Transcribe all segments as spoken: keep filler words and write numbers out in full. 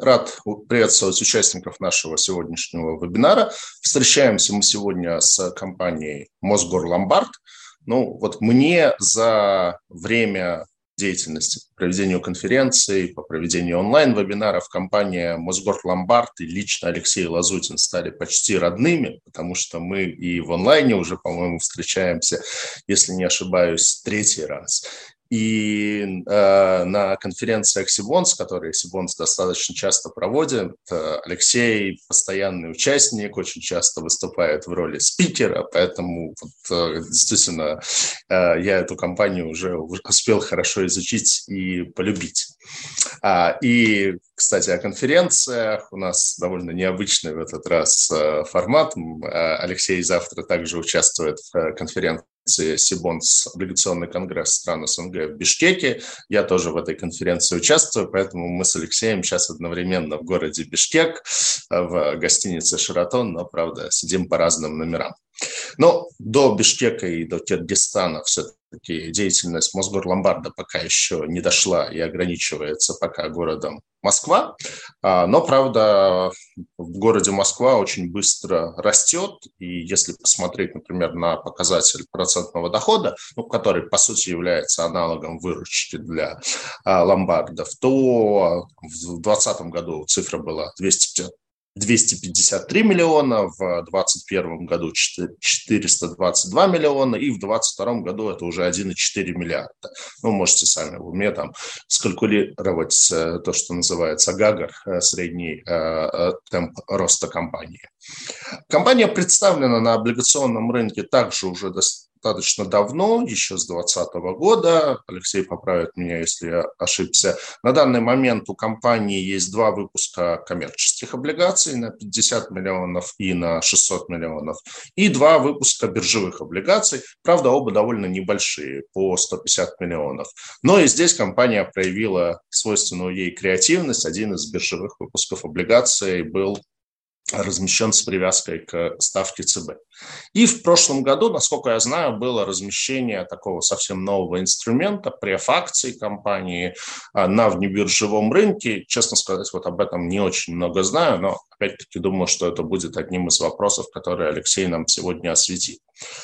Рад приветствовать участников нашего сегодняшнего вебинара. Встречаемся мы сегодня с компанией Мосгорломбард. Ну, вот мне за время деятельности по проведению конференций, по проведению онлайн-вебинаров компания Мосгорломбард и лично Алексей Лазутин стали почти родными, потому что мы и в онлайне уже, по-моему, встречаемся, если не ошибаюсь, третий раз. И э, на конференциях Сибонс, которые Сибонс достаточно часто проводит, э, Алексей постоянный участник, очень часто выступает в роли спикера, поэтому вот, э, действительно э, я эту компанию уже успел хорошо изучить и полюбить. А, и, кстати, о конференциях. У нас довольно необычный в этот раз э, формат. Алексей завтра также участвует в конференции Сибонс, облигационный конгресс стран СНГ в Бишкеке. Я тоже в этой конференции участвую, поэтому мы с Алексеем сейчас одновременно в городе Бишкек, в гостинице «Шератон», но, правда, сидим по разным номерам. Но до Бишкека и до Киргизстана все-таки деятельность Мосгорломбарда пока еще не дошла и ограничивается пока городом Москва. Но, правда, в городе Москва очень быстро растет. И если посмотреть, например, на показатель процентного дохода, ну, который, по сути, является аналогом выручки для ломбардов, то в двадцатом году цифра была двести пятьдесят три миллиона, в двадцать первом году четыреста двадцать два миллиона, и в двадцать втором году это уже один целых четыре десятых миллиарда. Вы можете сами в уме там скалькулировать то, что называется гагар, средний э, темп роста компании. Компания представлена на облигационном рынке также уже достаточно достаточно давно, еще с двадцатого года. Алексей поправит меня, если я ошибся. На данный момент у компании есть два выпуска коммерческих облигаций на пятьдесят миллионов и на шестьсот миллионов, и два выпуска биржевых облигаций, правда, оба довольно небольшие, по сто пятьдесят миллионов. Но и здесь компания проявила свойственную ей креативность. Один из биржевых выпусков облигаций был размещен с привязкой к ставке ЦБ. И в прошлом году, насколько я знаю, было размещение такого совсем нового инструмента, преф-акций компании на внебиржевом рынке. Честно сказать, вот об этом не очень много знаю, но опять-таки думаю, что это будет одним из вопросов, которые Алексей нам сегодня осветит.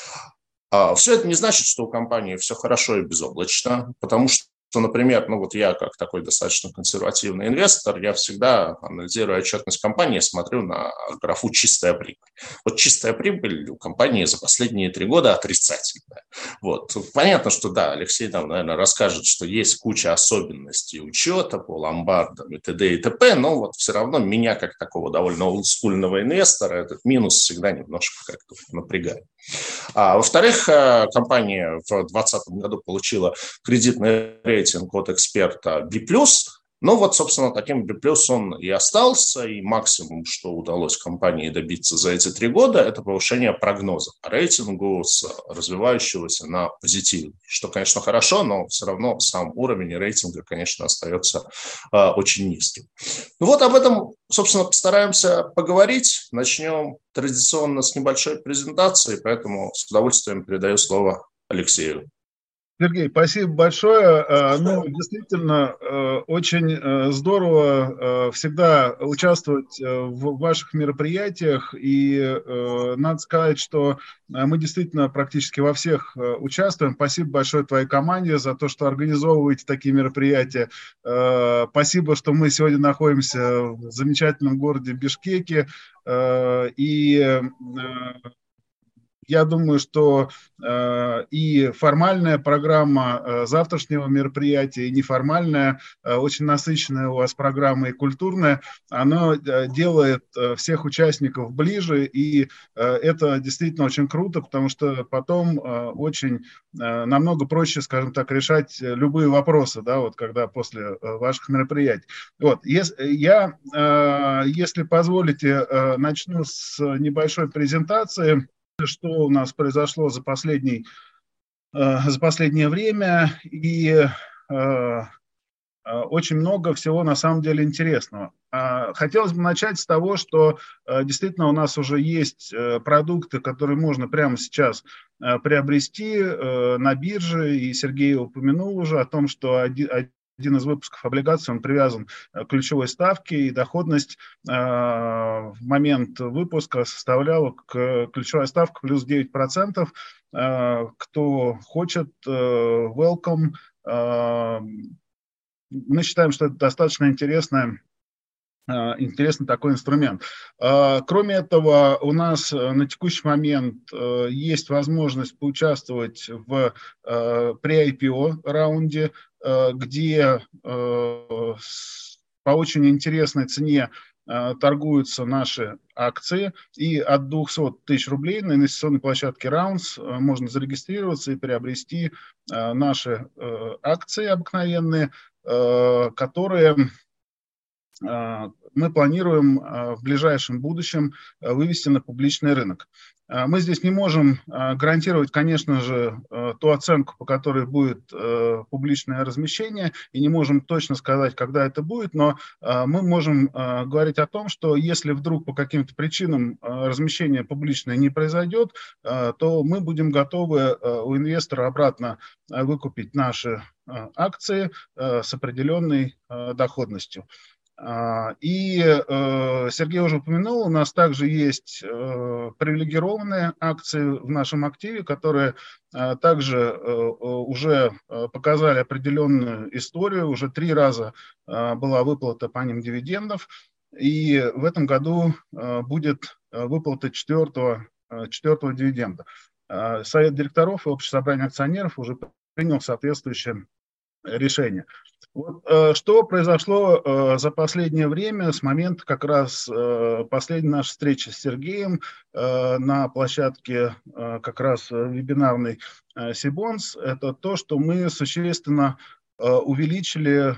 Все это не значит, что у компании все хорошо и безоблачно, потому что что, например, ну вот я как такой достаточно консервативный инвестор, я всегда, анализируя отчетность компании, смотрю на графу «чистая прибыль». Вот чистая прибыль у компании за последние три года отрицательная. Вот. Понятно, что да, Алексей там, наверное, расскажет, что есть куча особенностей учета по ломбардам и т.д. и т.п., но вот все равно меня, как такого довольно олдскульного инвестора, этот минус всегда немножко как-то напрягает. А, во-вторых, компания в двадцатом году получила кредитный рейтинг от эксперта би плюс. Ну вот, собственно, таким би плюс он и остался, и максимум, что удалось компании добиться за эти три года, это повышение прогноза по рейтингу с развивающегося на позитивный, что, конечно, хорошо, но все равно сам уровень рейтинга, конечно, остается э, очень низким. Ну вот об этом, собственно, постараемся поговорить. Начнем традиционно с небольшой презентации, поэтому с удовольствием передаю слово Алексею. Сергей, спасибо большое. Ну, действительно, очень здорово всегда участвовать в ваших мероприятиях. И надо сказать, что мы действительно практически во всех участвуем. Спасибо большое твоей команде за то, что организовываете такие мероприятия. Спасибо, что мы сегодня находимся в замечательном городе Бишкеке. И я думаю, что э, и формальная программа э, завтрашнего мероприятия, и неформальная, э, очень насыщенная у вас программа и культурная, она э, делает э, всех участников ближе, и э, это действительно очень круто, потому что потом э, очень э, намного проще, скажем так, решать любые вопросы, да, вот когда после э, ваших мероприятий. Вот, если, я, э, если позволите, э, начну с небольшой презентации. Что у нас произошло за, последний, э, за последнее время, и э, очень много всего на самом деле интересного. Э, хотелось бы начать с того, что э, действительно у нас уже есть э, продукты, которые можно прямо сейчас э, приобрести э, на бирже, и Сергей упомянул уже о том, что один, один из выпусков облигаций, он привязан к ключевой ставке, и доходность э, в момент выпуска составляла к, ключевая ставка плюс девять процентов. Э, кто хочет, э, welcome. Э, мы считаем, что это достаточно интересная интересный такой инструмент. Кроме этого, у нас на текущий момент есть возможность поучаствовать в при-ай пи о раунде, где по очень интересной цене торгуются наши акции, и от двухсот тысяч рублей на инвестиционной площадке Rounds можно зарегистрироваться и приобрести наши акции обыкновенные, которые мы планируем в ближайшем будущем вывести на публичный рынок. Мы здесь не можем гарантировать, конечно же, ту оценку, по которой будет публичное размещение, и не можем точно сказать, когда это будет, но мы можем говорить о том, что если вдруг по каким-то причинам размещение публичное не произойдет, то мы будем готовы у инвестора обратно выкупить наши акции с определенной доходностью. И э, Сергей уже упомянул, у нас также есть э, привилегированные акции в нашем активе, которые э, также э, уже показали определенную историю. Уже три раза э, была выплата по ним дивидендов, и в этом году э, будет выплата четвертого, четвертого дивиденда. Э, Совет директоров и Общее собрание акционеров уже принял соответствующее решение. Вот, э, что произошло э, за последнее время с момента как раз э, последней нашей встречи с Сергеем э, на площадке э, как раз вебинарной э, Сибонс, это то, что мы существенно э, увеличили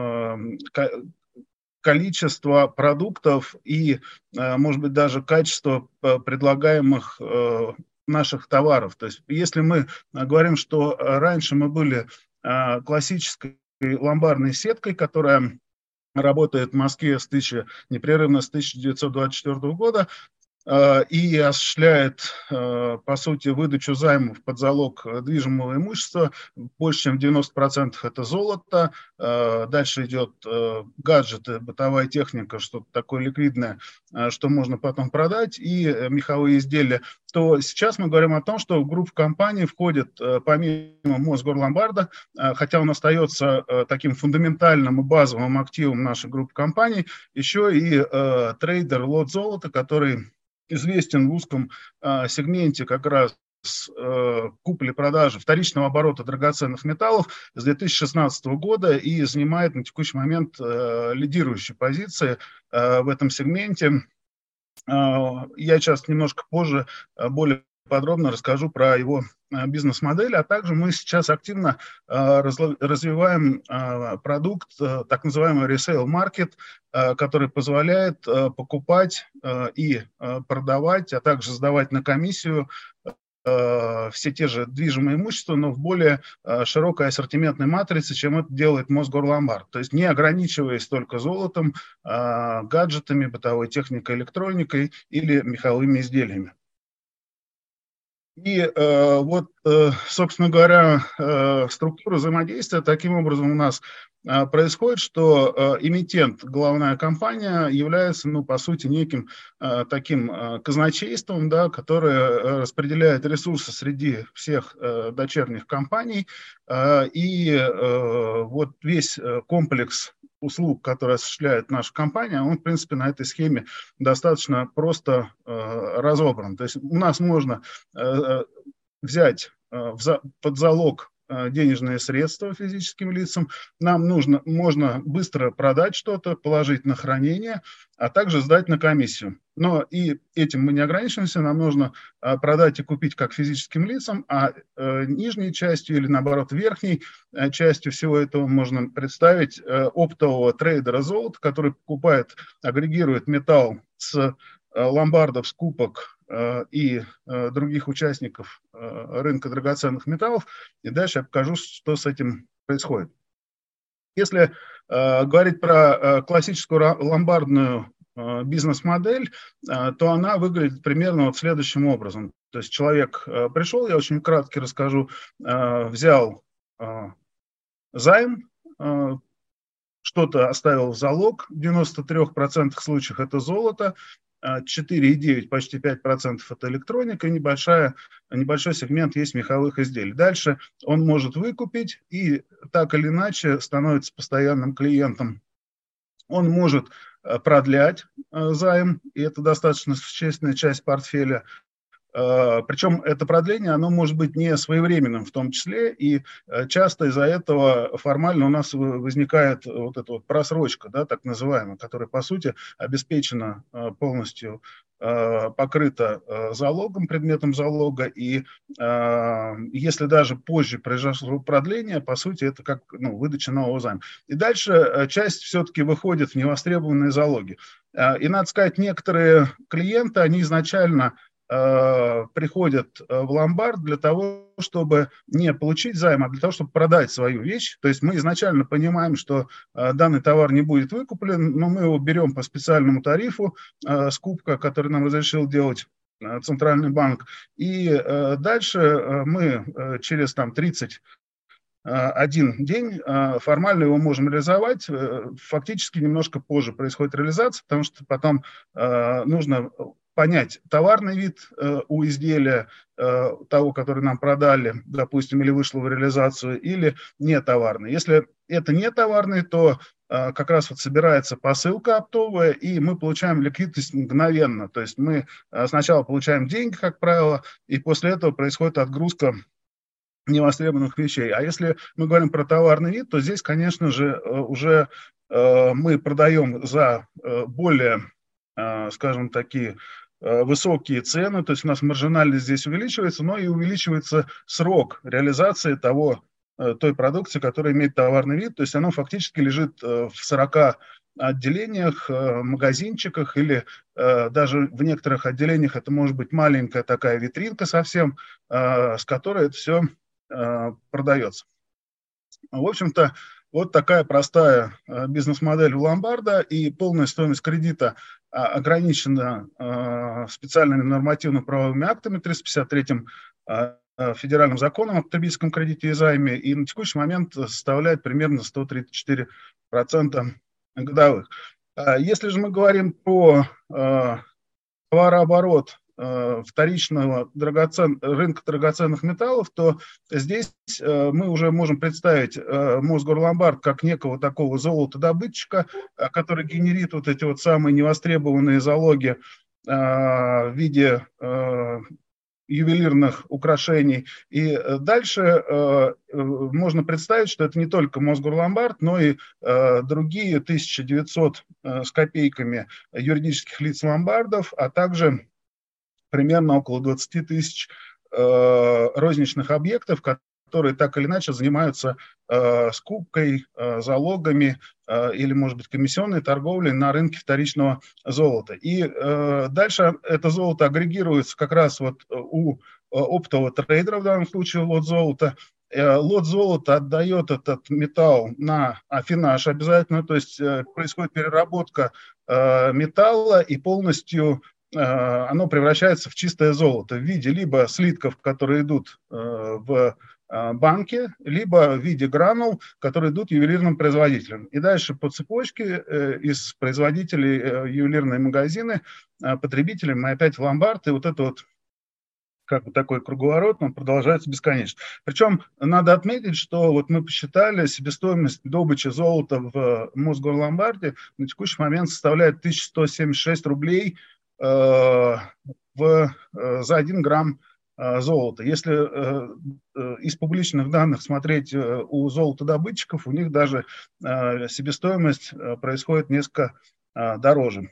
э, количество продуктов и, э, может быть, даже качество предлагаемых э, наших товаров. То есть, если мы говорим, что раньше мы были э, классической ломбардной сеткой, которая работает в Москве с тысячи, непрерывно с тысяча девятьсот двадцать четвёртого года, и осуществляет, по сути, выдачу займов под залог движимого имущества. Больше чем девяносто процентов это золото. Дальше идет гаджеты, бытовая техника, что-то такое ликвидное, что можно потом продать, и меховые изделия. То сейчас мы говорим о том, что в группу компаний входит, помимо Мосгорломбарда, хотя он остается таким фундаментальным и базовым активом нашей группы компаний, еще и трейдер лот золота, который известен в узком а, сегменте как раз а, купли-продажи вторичного оборота драгоценных металлов с две тысячи шестнадцатого года и занимает на текущий момент а, лидирующие позиции а, в этом сегменте. А, я сейчас немножко позже а, более подробно расскажу про его бизнес-модель, а также мы сейчас активно э, развиваем э, продукт, э, так называемый resale market, э, который позволяет э, покупать э, и э, продавать, а также сдавать на комиссию э, все те же движимые имущества, но в более э, широкой ассортиментной матрице, чем это делает Мосгорломбард. То есть не ограничиваясь только золотом, э, гаджетами, бытовой техникой, электроникой или меховыми изделиями. И э, вот, э, собственно говоря, э, структура взаимодействия таким образом у нас э, происходит, что э, эмитент, главная компания, является, ну, по сути, неким э, таким э, казначейством, да, которое распределяет ресурсы среди всех э, дочерних компаний. Э, и э, вот весь комплекс услуг, которые осуществляет наша компания, он, в принципе, на этой схеме достаточно просто э, разобран. То есть у нас можно э, взять э, в за, под залог э, денежные средства физическим лицам, нам нужно, можно быстро продать что-то, положить на хранение, а также сдать на комиссию. Но и этим мы не ограничиваемся, нам нужно э, продать и купить как физическим лицам, а э, нижней частью или, наоборот, верхней э, частью всего этого можно представить э, оптового трейдера золота, который покупает, агрегирует металл с э, ломбардов, скупок э, и э, других участников э, рынка драгоценных металлов. И дальше я покажу, что с этим происходит. Если э, говорить про э, классическую ломбардную э, бизнес-модель, э, то она выглядит примерно вот следующим образом. То есть человек э, пришел, я очень кратко расскажу, э, взял э, займ что-то оставил в залог, в девяноста трёх процентах случаев это золото, четыре целых девять десятых, почти пять процентов это электроника, и небольшая, небольшой сегмент есть меховых изделий. Дальше он может выкупить и так или иначе становится постоянным клиентом. Он может продлять займ, и это достаточно существенная часть портфеля. Причем это продление, оно может быть не своевременным в том числе, и часто из-за этого формально у нас возникает вот эта вот просрочка, да, так называемая, которая, по сути, обеспечена полностью, покрыта залогом, предметом залога, и если даже позже произошло продление, по сути, это как, ну, выдача нового займа. И дальше часть все-таки выходит в невостребованные залоги. И, надо сказать, некоторые клиенты, они изначально приходят в ломбард для того, чтобы не получить займ, а для того, чтобы продать свою вещь. То есть мы изначально понимаем, что данный товар не будет выкуплен, но мы его берем по специальному тарифу скупка, который нам разрешил делать Центральный банк. И дальше мы через там, тридцать один день формально его можем реализовать. Фактически немножко позже происходит реализация, потому что потом нужно понять товарный вид э, у изделия, э, того, который нам продали, допустим, или вышло в реализацию, или не товарный. Если это не товарный, то э, как раз вот собирается посылка оптовая, и мы получаем ликвидность мгновенно. То есть мы э, сначала получаем деньги, как правило, и после этого происходит отгрузка невостребованных вещей. А если мы говорим про товарный вид, то здесь, конечно же, э, уже э, мы продаем за э, более, э, скажем, такие высокие цены, то есть у нас маржинальность здесь увеличивается, но и увеличивается срок реализации того, той продукции, которая имеет товарный вид, то есть оно фактически лежит в сорока отделениях, магазинчиках или даже в некоторых отделениях это может быть маленькая такая витринка совсем, с которой это все продается. В общем-то, вот такая простая бизнес-модель у ломбарда, и полная стоимость кредита ограничена специальными нормативно-правовыми актами, триста пятьдесят третьим федеральным законом о потребительском кредите и займе, и на текущий момент составляет примерно сто тридцать четыре процента годовых. Если же мы говорим про товарооборот вторичного драгоцен... рынка драгоценных металлов, то здесь мы уже можем представить Мосгорломбард как некого такого золотодобытчика, который генерит вот эти вот самые невостребованные залоги в виде ювелирных украшений. И дальше можно представить, что это не только Мосгорломбард, но и другие тысяча девятьсот с копейками юридических лиц ломбардов, а также примерно около двадцати тысяч э, розничных объектов, которые так или иначе занимаются э, скупкой, э, залогами э, или, может быть, комиссионной торговлей на рынке вторичного золота. И э, дальше это золото агрегируется как раз вот у оптового трейдера, в данном случае лот золота. Э, лот золота отдает этот металл на аффинаж обязательно, то есть э, происходит переработка э, металла и полностью оно превращается в чистое золото в виде либо слитков, которые идут в банке, либо в виде гранул, которые идут ювелирным производителям. И дальше по цепочке из производителей ювелирные магазины, потребителям мы опять в ломбард, и вот это вот как бы такой круговорот, он продолжается бесконечно. Причем надо отметить, что вот мы посчитали, себестоимость добычи золота в Мосгорломбарде на текущий момент составляет тысяча сто семьдесят шесть рублей в, за один грамм золота. Если из публичных данных смотреть у золотодобытчиков, у них даже себестоимость происходит несколько дороже.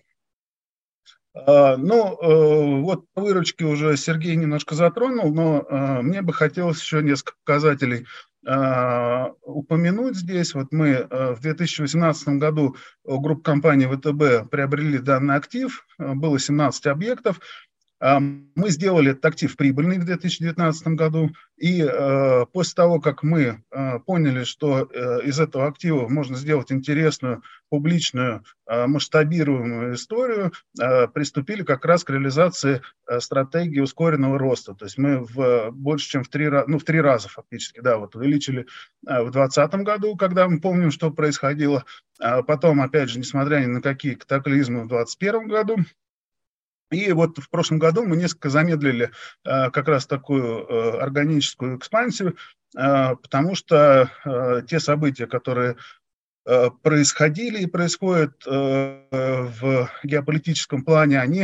Ну, вот по выручке уже Сергей немножко затронул, но мне бы хотелось еще несколько показателей упомянуть здесь. Вот мы в две тысячи восемнадцатом году группа компаний ВТБ приобрели данный актив, было семнадцать объектов. Мы сделали этот актив прибыльный в две тысячи девятнадцатом году, и после того, как мы поняли, что из этого актива можно сделать интересную, публичную, масштабируемую историю, приступили как раз к реализации стратегии ускоренного роста. То есть мы в больше, чем в три, ну, в три раза фактически, да, вот увеличили в двадцатом году, когда мы помним, что происходило. Потом, опять же, несмотря ни на какие катаклизмы в двадцать первом году. И вот в прошлом году мы несколько замедлили как раз такую органическую экспансию, потому что те события, которые происходили и происходят в геополитическом плане, они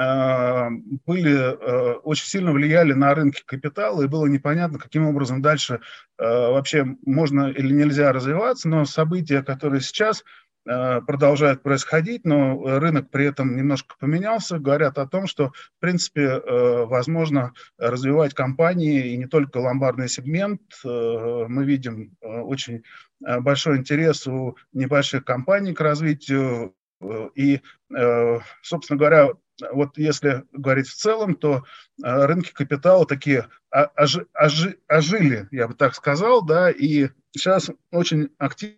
были, очень сильно влияли на рынки капитала, и было непонятно, каким образом дальше вообще можно или нельзя развиваться, но события, которые сейчас продолжают происходить, но рынок при этом немножко поменялся, говорят о том, что, в принципе, возможно развивать компании, и не только ломбардный сегмент. Мы видим очень большой интерес у небольших компаний к развитию, и, собственно говоря, вот если говорить в целом, то рынки капитала такие ожи, ожи, ожили, я бы так сказал, да, и сейчас очень активно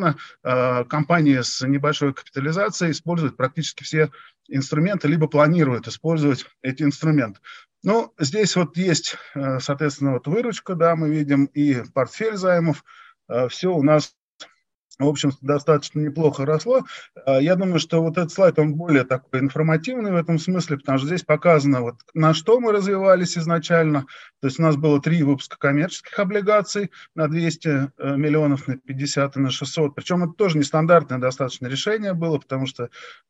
компании с небольшой капитализацией используют практически все инструменты, либо планируют использовать эти инструменты. Ну, здесь вот есть, соответственно, вот выручка, да, мы видим, и портфель займов. Все у нас, в общем, достаточно неплохо росло. Я думаю, что вот этот слайд, он более такой информативный в этом смысле, потому что здесь показано, вот, на что мы развивались изначально. То есть у нас было три выпуска коммерческих облигаций на двести миллионов, на пятьдесят и на шестьсот. Причем это тоже нестандартное достаточно решение было, потому что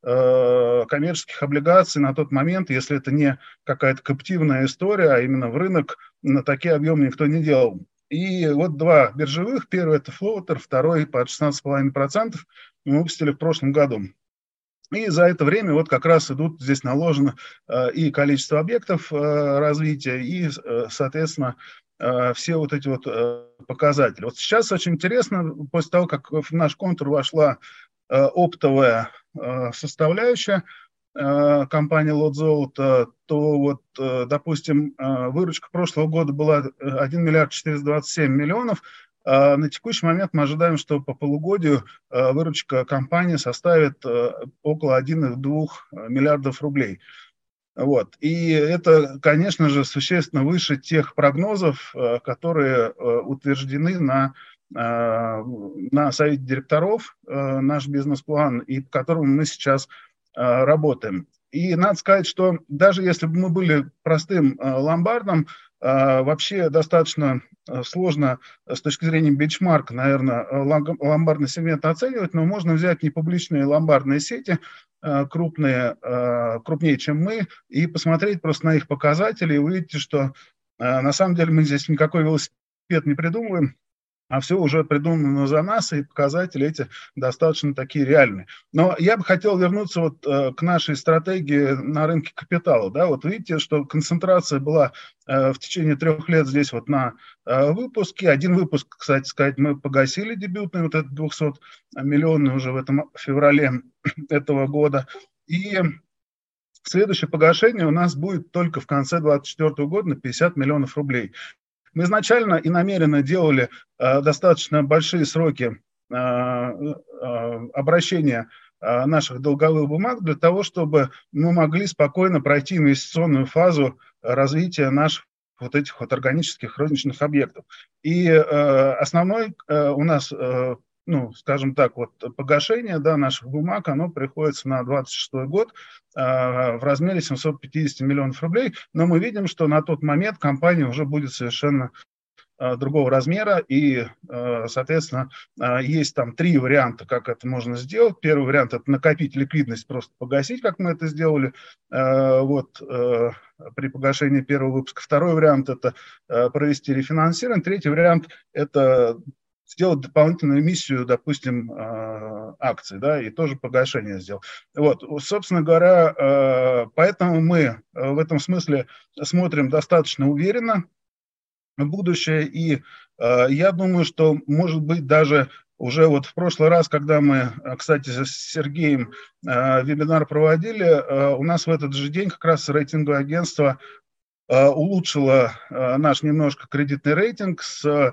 э, коммерческих облигаций на тот момент, если это не какая-то каптивная история, а именно в рынок, на такие объемы никто не делал. И вот два биржевых, первый это флоутер, второй по шестнадцать целых пять десятых процента мы выпустили в прошлом году. И за это время вот как раз идут, здесь наложено э, и количество объектов э, развития, и, э, соответственно, э, все вот эти вот э, показатели. Вот сейчас очень интересно, после того, как в наш контур вошла э, оптовая э, составляющая, компания Лот Золото, то вот, допустим, выручка прошлого года была один миллиард четыреста двадцать семь миллионов. На текущий момент мы ожидаем, что по полугодию выручка компании составит около один целых два миллиардов рублей. Вот. И это, конечно же, существенно выше тех прогнозов, которые утверждены на, на совете директоров, наш бизнес-план, и по которому мы сейчас работаем. И надо сказать, что даже если бы мы были простым ломбардом, вообще достаточно сложно с точки зрения бенчмарка, наверное, ломбардный сегмент оценивать, но можно взять непубличные ломбардные сети, крупные, крупнее, чем мы, и посмотреть просто на их показатели, и вы увидите, что на самом деле мы здесь никакой велосипед не придумываем, а все уже придумано за нас, и показатели эти достаточно такие реальные. Но я бы хотел вернуться вот э, к нашей стратегии на рынке капитала. Да? Вот видите, что концентрация была э, в течение трех лет здесь вот на э, выпуске. Один выпуск, кстати сказать, мы погасили дебютный, вот этот двухсотмиллионный уже в этом феврале этого года. И следующее погашение у нас будет только в конце двадцать четвёртого года на пятьдесят миллионов рублей. Мы изначально и намеренно делали э, достаточно большие сроки э, э, обращения э, наших долговых бумаг для того, чтобы мы могли спокойно пройти инвестиционную фазу развития наших вот этих вот органических розничных объектов. И э, основной э, у нас, э, ну, скажем так, вот погашение, да, наших бумаг, оно приходится на двадцать шестой год э, в размере семьсот пятьдесят миллионов рублей, но мы видим, что на тот момент компания уже будет совершенно э, другого размера, и, э, соответственно, э, есть там три варианта, как это можно сделать. Первый вариант – это накопить ликвидность, просто погасить, как мы это сделали э, вот, э, при погашении первого выпуска. Второй вариант – это э, провести рефинансирование. Третий вариант – это сделать дополнительную эмиссию, допустим, акций, да, и тоже погашение сделать. Вот, собственно говоря, поэтому мы в этом смысле смотрим достаточно уверенно в будущее, и я думаю, что, может быть, даже уже вот в прошлый раз, когда мы, кстати, с Сергеем вебинар проводили, у нас в этот же день как раз рейтинговое агентство улучшило наш немножко кредитный рейтинг с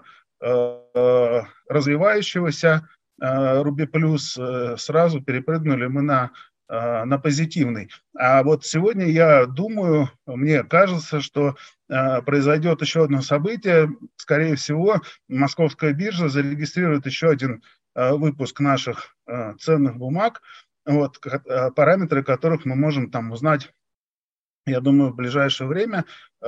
развивающегося Руби Плюс, сразу перепрыгнули мы на на позитивный. А вот сегодня я думаю, мне кажется, что произойдет еще одно событие. Скорее всего, Московская биржа зарегистрирует еще один выпуск наших ценных бумаг, вот, параметры которых мы можем там узнать, я думаю, в ближайшее время.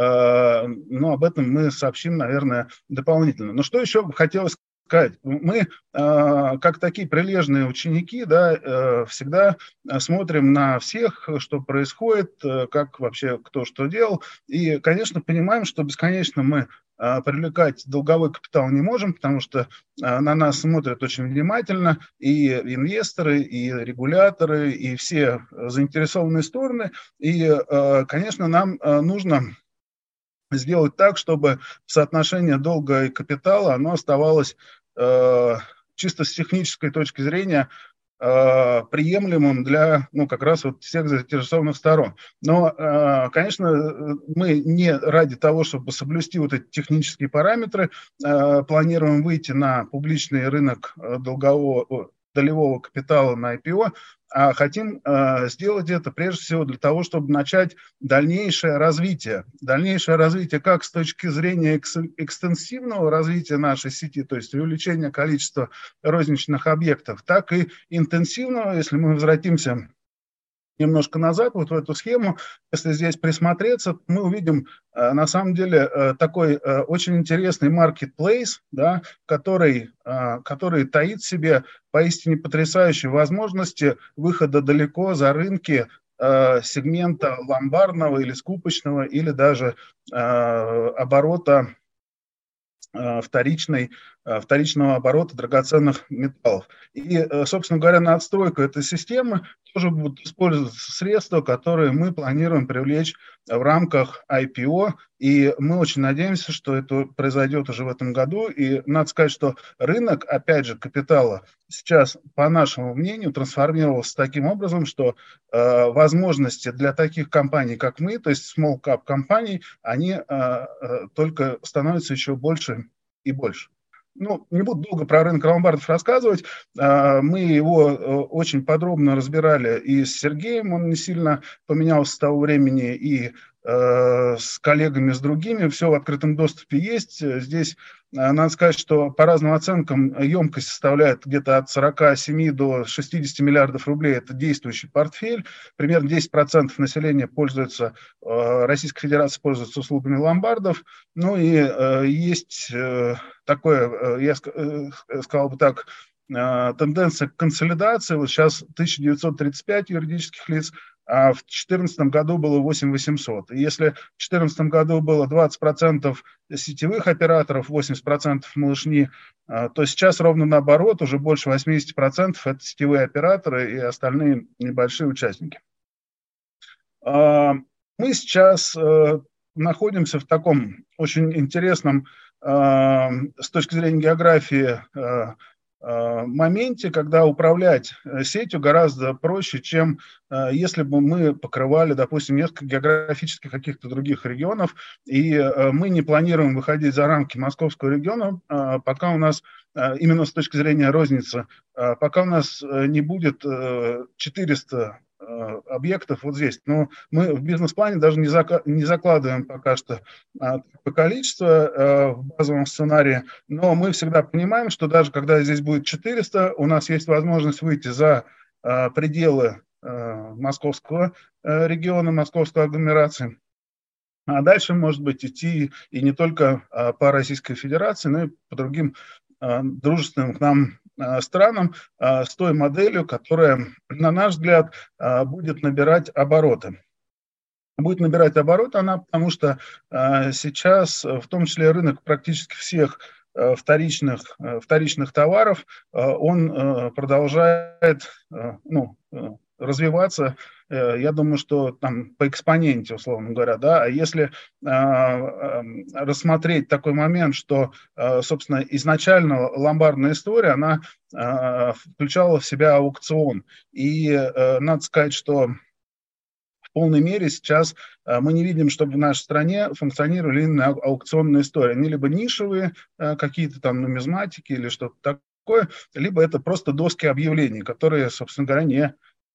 Но об этом мы сообщим, наверное, дополнительно. Но что еще хотелось сказать? Мы, как такие прилежные ученики, да, всегда смотрим на всех, что происходит, как вообще кто что делал. И, конечно, понимаем, что бесконечно мы привлекать долговой капитал не можем, потому что на нас смотрят очень внимательно и инвесторы, и регуляторы, и все заинтересованные стороны. И, конечно, нам нужно сделать так, чтобы соотношение долга и капитала, оно оставалось чисто с технической точки зрения приемлемым для, ну, как раз вот всех заинтересованных сторон. Но, конечно, мы не ради того, чтобы соблюсти вот эти технические параметры, планируем выйти на публичный рынок долгового, долевого капитала на ай пи о, а хотим э, сделать это прежде всего для того, чтобы начать дальнейшее развитие. Дальнейшее развитие как с точки зрения экс, экстенсивного развития нашей сети, то есть увеличения количества розничных объектов, так и интенсивного, если мы возвратимся немножко назад, вот в эту схему, если здесь присмотреться, мы увидим э, на самом деле э, такой э, очень интересный marketplace, да, который, э, который таит в себе поистине потрясающие возможности выхода далеко за рынки э, сегмента ломбардного или скупочного, или даже э, оборота вторичной, вторичного оборота драгоценных металлов. И, собственно говоря, на отстройку этой системы тоже будут использоваться средства, которые мы планируем привлечь в рамках ай пи о, и мы очень надеемся, что это произойдет уже в этом году. И надо сказать, что рынок, опять же, капитала сейчас, по нашему мнению, трансформировался таким образом, что э, возможности для таких компаний, как мы, то есть small cap компаний, они э, э, только становятся еще больше и больше. Ну, не буду долго про рынок ломбардов рассказывать. Мы его очень подробно разбирали и с Сергеем, он не сильно поменялся с того времени, и с коллегами, с другими. Все в открытом доступе есть. Здесь надо сказать, что по разным оценкам емкость составляет где-то от сорока семи до шестидесяти миллиардов рублей. Это действующий портфель. Примерно десять процентов населения пользуется, Российской Федерации пользуется услугами ломбардов. Ну и есть такое, я сказал бы так, тенденция к консолидации. Вот сейчас тысяча девятьсот тридцать пять юридических лиц, а в две тысячи четырнадцатом году было восемь тысяч восемьсот. И если в две тысячи четырнадцатом году было двадцать процентов сетевых операторов, восемьдесят процентов малышни, то сейчас ровно наоборот, уже больше восемьдесят процентов это сетевые операторы и остальные небольшие участники. Мы сейчас находимся в таком очень интересном с точки зрения географии моменте, когда управлять сетью гораздо проще, чем если бы мы покрывали, допустим, несколько географических каких-то других регионов, и мы не планируем выходить за рамки московского региона, пока у нас, именно с точки зрения розницы, пока у нас не будет четырёхсот объектов вот здесь. Но мы в бизнес-плане даже не, зак- не закладываем пока что а, количество а, в базовом сценарии, но мы всегда понимаем, что даже когда здесь будет четыреста, у нас есть возможность выйти за а, пределы а, московского а, региона, московской агломерации. А дальше, может быть, идти и не только а, по Российской Федерации, но и по другим а, дружественным к нам странам с той моделью, которая, на наш взгляд, будет набирать обороты. Будет набирать обороты она, потому что сейчас, в том числе, рынок практически всех вторичных, вторичных товаров, он продолжает, ну, развиваться, я думаю, что там по экспоненте, условно говоря, да, а если рассмотреть такой момент, что, собственно, изначально ломбардная история, она включала в себя аукцион, и надо сказать, что в полной мере сейчас мы не видим, чтобы в нашей стране функционировали именно аукционные истории. Они либо нишевые, какие-то там нумизматики или что-то такое, либо это просто доски объявлений, которые, собственно говоря, не,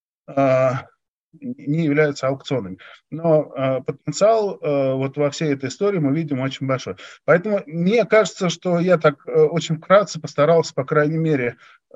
не являются аукционами. Но потенциал вот во всей этой истории мы видим очень большой. Поэтому мне кажется, что я так очень вкратце постарался, по крайней мере,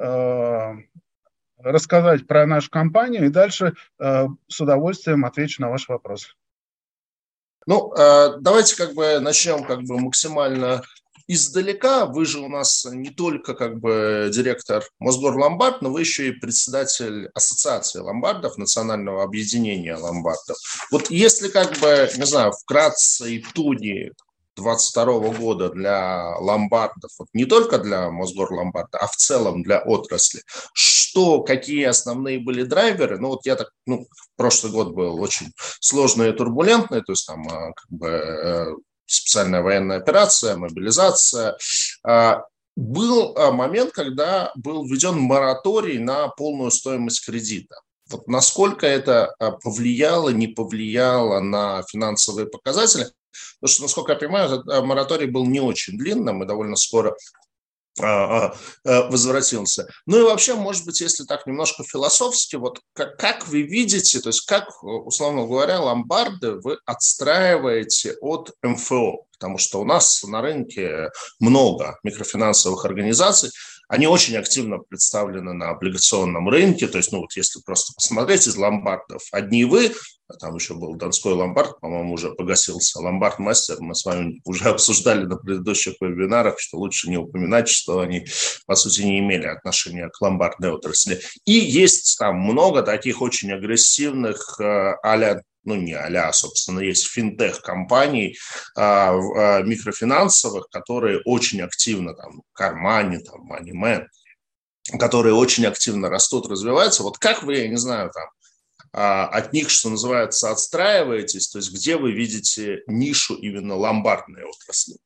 рассказать про нашу компанию, и дальше э, с удовольствием отвечу на ваши вопросы. Ну, э, давайте как бы начнем как бы максимально издалека. Вы же у нас не только как бы директор Мосгор Ломбард, но вы еще и председатель Ассоциации ломбардов, Национального объединения ломбардов. Вот если как бы, не знаю, вкратце итоги двадцать второго года для ломбардов, вот не только для Мосгор Ломбарда, а в целом для отрасли, что, какие основные были драйверы? Ну вот я так, ну, прошлый год был очень сложный и турбулентный, то есть там как бы специальная военная операция, мобилизация. Был момент, когда был введен мораторий на полную стоимость кредита. Вот насколько это повлияло, не повлияло на финансовые показатели? Потому что, насколько я понимаю, этот мораторий был не очень длинным и довольно скоро возвратился. Ну и вообще, может быть, если так немножко философски, вот как, как вы видите, то есть как, условно говоря, ломбарды вы отстраиваете от эм эф о, потому что у нас на рынке много микрофинансовых организаций, они очень активно представлены на облигационном рынке, то есть, ну вот если просто посмотреть из ломбардов, одни вы, а там еще был Донской ломбард, по-моему, уже погасился, ломбард-мастер, мы с вами уже обсуждали на предыдущих вебинарах, что лучше не упоминать, что они, по сути, не имели отношения к ломбардной отрасли. И есть там много таких очень агрессивных а-ля, ну не а-ля, собственно, есть финтех-компаний а, а, микрофинансовых, которые очень активно, там, Кармани, там, Moneyman, которые очень активно растут, развиваются. Вот как вы, я не знаю, там, от них, что называется, отстраиваетесь, то есть где вы видите нишу именно ломбардной отрасли?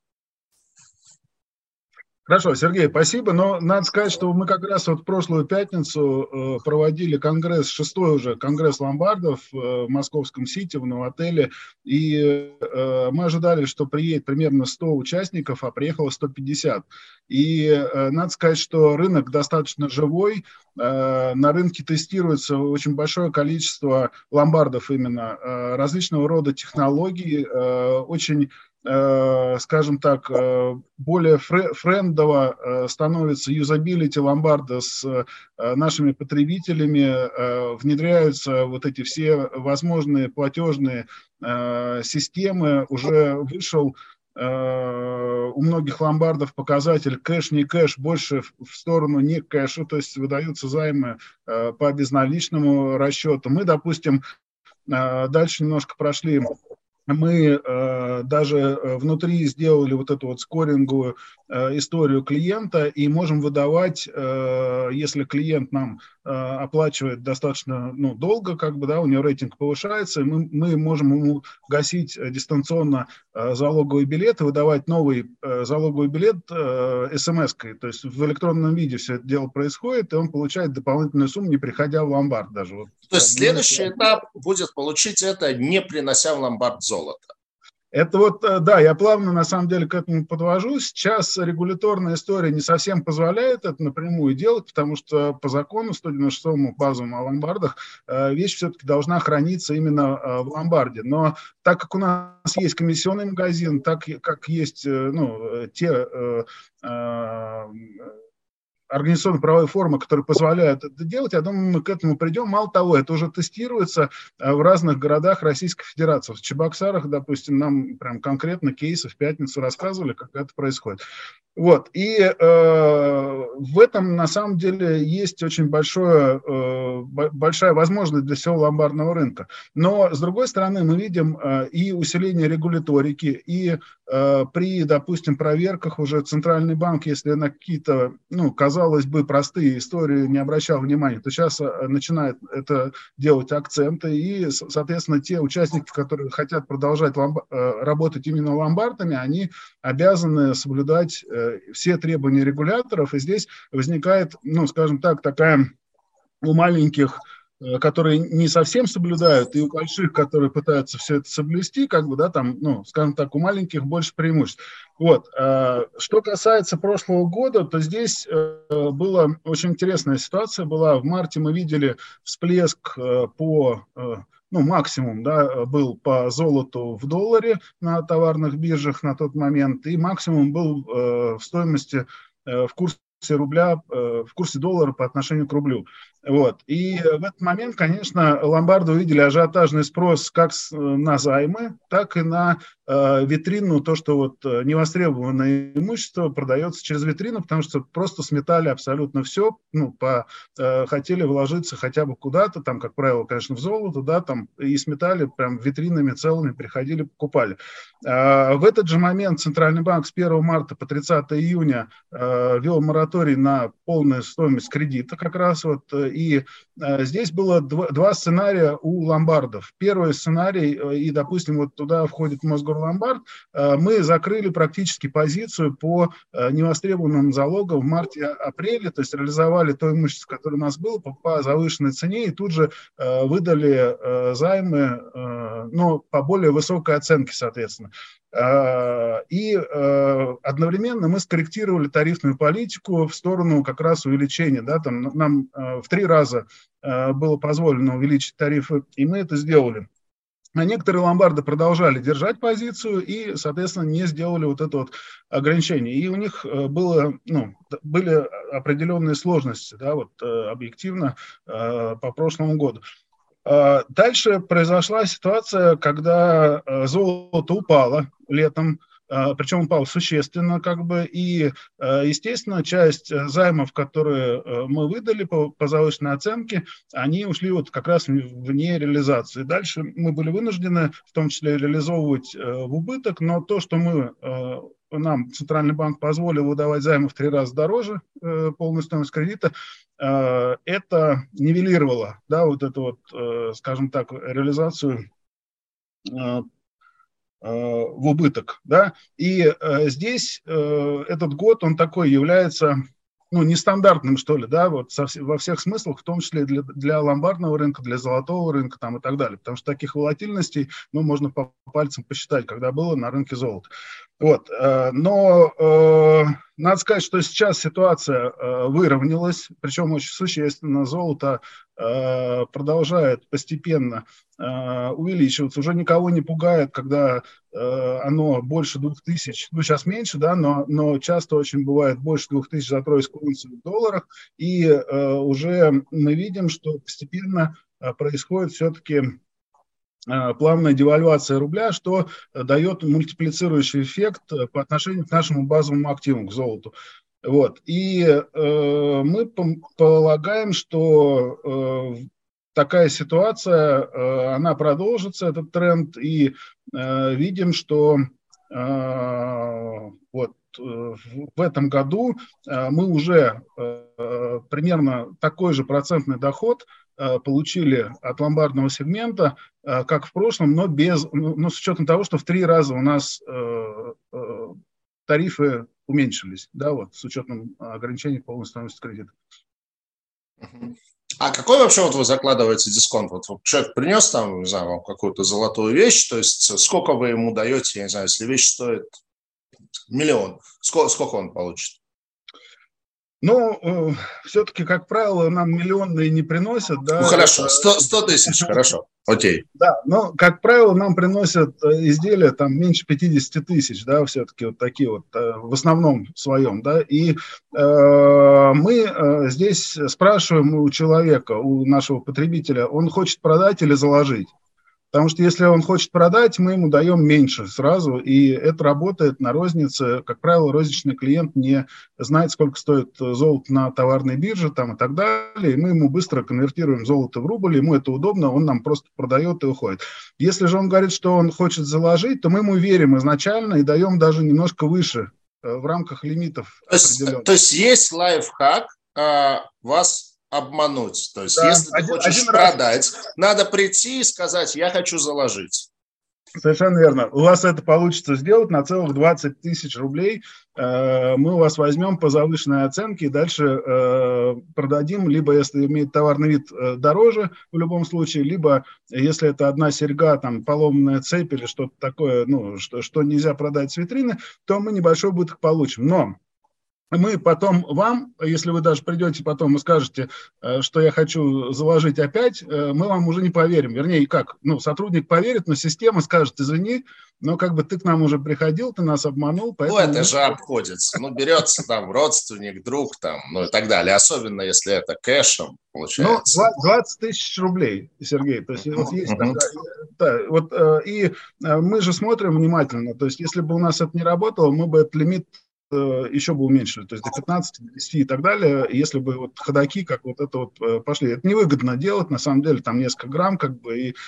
Хорошо, Сергей, спасибо, но надо сказать, что мы как раз вот в прошлую пятницу э, проводили конгресс, шестой уже конгресс ломбардов э, в московском Сити, в Новотеле, и э, мы ожидали, что приедет примерно сто участников, а приехало сто пятьдесят. И э, надо сказать, что рынок достаточно живой, э, на рынке тестируется очень большое количество ломбардов именно, э, различного рода технологий, э, очень скажем так, более френдово становится юзабилити ломбарда с нашими потребителями, внедряются вот эти все возможные платежные системы, уже вышел у многих ломбардов показатель кэш, не кэш, больше в сторону не кэша, то есть выдаются займы по безналичному расчету. Мы, допустим, дальше немножко прошли. Мы э, даже внутри сделали вот эту вот скоринговую э, историю клиента и можем выдавать, э, если клиент нам э, оплачивает достаточно ну, долго, как бы, да, у него рейтинг повышается, и мы, мы можем ему гасить дистанционно э, залоговый билет и выдавать новый э, залоговый билет э, эс эм эс-кой, то есть в электронном виде все это дело происходит, и он получает дополнительную сумму, не приходя в ломбард даже. Вот. То есть следующий этап будет получить это, не принося в ломбард золото. Это вот, да, я плавно на самом деле к этому подвожу. Сейчас регуляторная история не совсем позволяет это напрямую делать, потому что по закону сто девяносто шестому базовому о ломбардах вещь все-таки должна храниться именно в ломбарде. Но так как у нас есть комиссионный магазин, так как есть ну, те организационно-правовые формы, которые позволяют это делать, я думаю, мы к этому придем. Мало того, это уже тестируется в разных городах Российской Федерации. В Чебоксарах, допустим, нам прям конкретно кейсы в пятницу рассказывали, как это происходит. Вот, и э, в этом, на самом деле, есть очень большое, э, большая возможность для всего ломбардного рынка. Но, с другой стороны, мы видим э, и усиление регуляторики, и э, при, допустим, проверках уже Центральный банк, если на какие-то, ну, казалось бы, простые истории не обращал внимания, то сейчас начинает это делать акценты, и, соответственно, те участники, которые хотят продолжать ломб... работать именно ломбардами, они обязаны соблюдать все требования регуляторов, и здесь возникает, ну, скажем так, такая у маленьких, которые не совсем соблюдают, и у больших, которые пытаются все это соблюсти, как бы, да, там, ну, скажем так, у маленьких больше преимуществ. Вот. Что касается прошлого года, то здесь была очень интересная ситуация была. В марте мы видели всплеск по... ну, максимум, да, был по золоту в долларе на товарных биржах на тот момент, и максимум был э, в стоимости, э, в курсе рубля, э, в курсе доллара по отношению к рублю. Вот. И в этот момент, конечно, ломбарды увидели ажиотажный спрос как с, на займы, так и на э, витрину, то, что вот невостребованное имущество продается через витрину, потому что просто сметали абсолютно все, ну, по, э, хотели вложиться хотя бы куда-то, там, как правило, конечно, в золото, да, там, и сметали прям витринами целыми, приходили, покупали. Э, в этот же момент Центральный банк с первого марта по тридцатое июня э, ввел мораторий на полную стоимость кредита как раз вот. И э, здесь было два, два сценария у ломбардов. Первый сценарий, и, допустим, вот туда входит Мосгорломбард, э, мы закрыли практически позицию по э, невостребованным залогам в марте-апреле, то есть реализовали то имущество, которое у нас было по, по завышенной цене, и тут же э, выдали э, займы, э, но по более высокой оценке, соответственно. И одновременно мы скорректировали тарифную политику в сторону как раз увеличения. Да, там нам в три раза было позволено увеличить тарифы, и мы это сделали. А некоторые ломбарды продолжали держать позицию и, соответственно, не сделали вот это вот ограничение. И у них было, ну, были определенные сложности, да, вот, объективно по прошлому году. Дальше произошла ситуация, когда золото упало летом, причем упало существенно, как бы, и, естественно, часть займов, которые мы выдали по, по завышенной оценке, они ушли вот как раз вне реализации. Дальше мы были вынуждены, в том числе, реализовывать в убыток, но то, что мы... нам Центральный банк позволил выдавать займы в три раза дороже, э, полную стоимость кредита, э, это нивелировало, да, вот эту вот, э, скажем так, реализацию э, э, в убыток, да, и э, здесь э, этот год, он такой является, ну, нестандартным, что ли, да, вот со, во всех смыслах, в том числе для, для ломбардного рынка, для золотого рынка там и так далее, потому что таких волатильностей, ну, можно по пальцам посчитать, когда было на рынке золота. Вот, но э, надо сказать, что сейчас ситуация э, выровнялась, причем очень существенно. Золото э, продолжает постепенно э, увеличиваться. Уже никого не пугает, когда э, оно больше двух тысяч, ну сейчас меньше, да, но, но часто очень бывает больше двух тысяч за тройскую унцию в долларах. И э, уже мы видим, что постепенно э, происходит все-таки плавная девальвация рубля, что дает мультиплицирующий эффект по отношению к нашему базовому активу, к золоту. Вот. И э, мы полагаем, что э, такая ситуация, э, она продолжится, этот тренд, и э, видим, что э, вот, э, в этом году э, мы уже э, примерно такой же процентный доход получили от ломбардного сегмента, как в прошлом, но, без, но с учетом того, что в три раза у нас э, э, тарифы уменьшились, да, вот, с учетом ограничений полной стоимости кредита. А какой вообще вот вы закладываете дисконт? Вот человек принес там, не знаю, вам какую-то золотую вещь, то есть сколько вы ему даете, я не знаю, если вещь стоит миллион, сколько, сколько он получит? Ну, э, все-таки, как правило, нам миллионные не приносят. Да, ну, хорошо, это... сто тысяч, хорошо, окей. Да, но, как правило, нам приносят изделия там меньше пятьдесят тысяч, да, все-таки вот такие вот, в основном своем, да, и э, мы э, здесь спрашиваем у человека, у нашего потребителя, он хочет продать или заложить. Потому что если он хочет продать, мы ему даем меньше сразу, и это работает на рознице. Как правило, розничный клиент не знает, сколько стоит золото на товарной бирже там, и так далее, и мы ему быстро конвертируем золото в рубль, ему это удобно, он нам просто продает и уходит. Если же он говорит, что он хочет заложить, то мы ему верим изначально и даем даже немножко выше в рамках лимитов То есть, определенных. то есть есть лайфхак а, вас обмануть. То есть Да, если один, ты хочешь один продать, раз. надо прийти и сказать, я хочу заложить. Совершенно верно. У вас это получится сделать на целых двадцать тысяч рублей. Мы у вас возьмем по завышенной оценке и дальше продадим, либо если имеет товарный вид дороже в любом случае, либо если это одна серьга, там поломанная цепь или что-то такое, ну, что, что нельзя продать с витрины, то мы небольшой убыток получим. Но мы потом вам, если вы даже придете потом и скажете, что я хочу заложить опять, мы вам уже не поверим. Вернее, как? Ну, сотрудник поверит, но система скажет, извини, но как бы ты к нам уже приходил, ты нас обманул, поэтому... Ну, это мы... же обходится. Ну, берется там родственник, друг там, ну и так далее. Особенно, если это кэшем, Ну, получается. двадцать тысяч рублей, Сергей. То есть Uh-huh, вот есть uh-huh. такая... Да, вот, и мы же смотрим внимательно. То есть если бы у нас это не работало, мы бы этот лимит еще бы уменьшили, то есть до пятнадцати, десяти и так далее, если бы вот ходаки как вот это вот пошли. Это невыгодно делать, на самом деле, там несколько грамм, как бы, и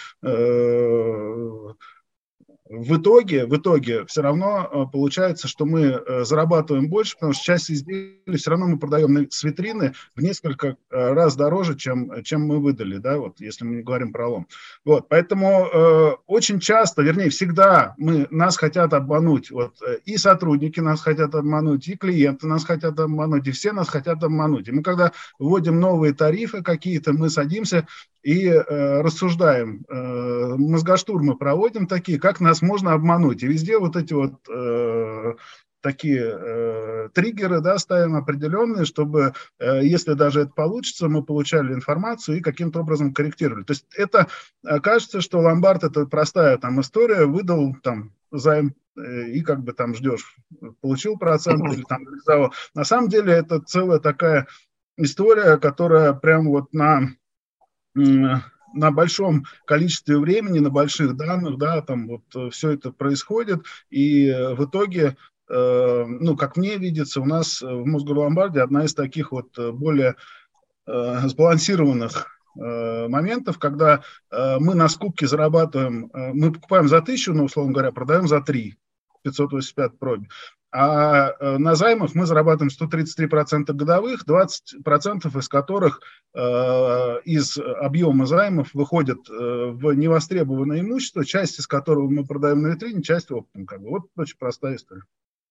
э, в итоге, в итоге все равно получается, что мы зарабатываем больше, потому что часть изделий все равно мы продаем с витрины в несколько раз дороже, чем, чем мы выдали, да, вот, если мы не говорим про лом. Вот, поэтому э, очень часто, вернее, всегда мы, нас хотят обмануть, вот, и сотрудники нас хотят обмануть, и клиенты нас хотят обмануть, и все нас хотят обмануть. И мы, когда вводим новые тарифы какие-то, мы садимся и э, рассуждаем, э, мозгоштурмы проводим такие, как нас можно обмануть. И везде вот эти вот э, такие э, триггеры, да, ставим определенные, чтобы, э, если даже это получится, мы получали информацию и каким-то образом корректировали. То есть это, кажется, что ломбард — это простая там история, выдал там займ, и как бы там ждешь, получил процент или там реализовал. На самом деле это целая такая история, которая прям вот на на большом количестве времени, на больших данных, да, там вот все это происходит, и в итоге, э, ну, как мне видится, у нас в Мосгорломбарде одна из таких вот более э, сбалансированных э, моментов, когда э, мы на скупке зарабатываем, э, мы покупаем за тысячу, ну, условно говоря, продаем за три, пятьсот восемьдесят пять проби. А на займах мы зарабатываем сто тридцать три процента годовых, двадцать процентов из которых э, из объема займов выходят э, в невостребованное имущество, часть из которого мы продаем на витрине, часть оптом. Как бы. Вот очень простая история.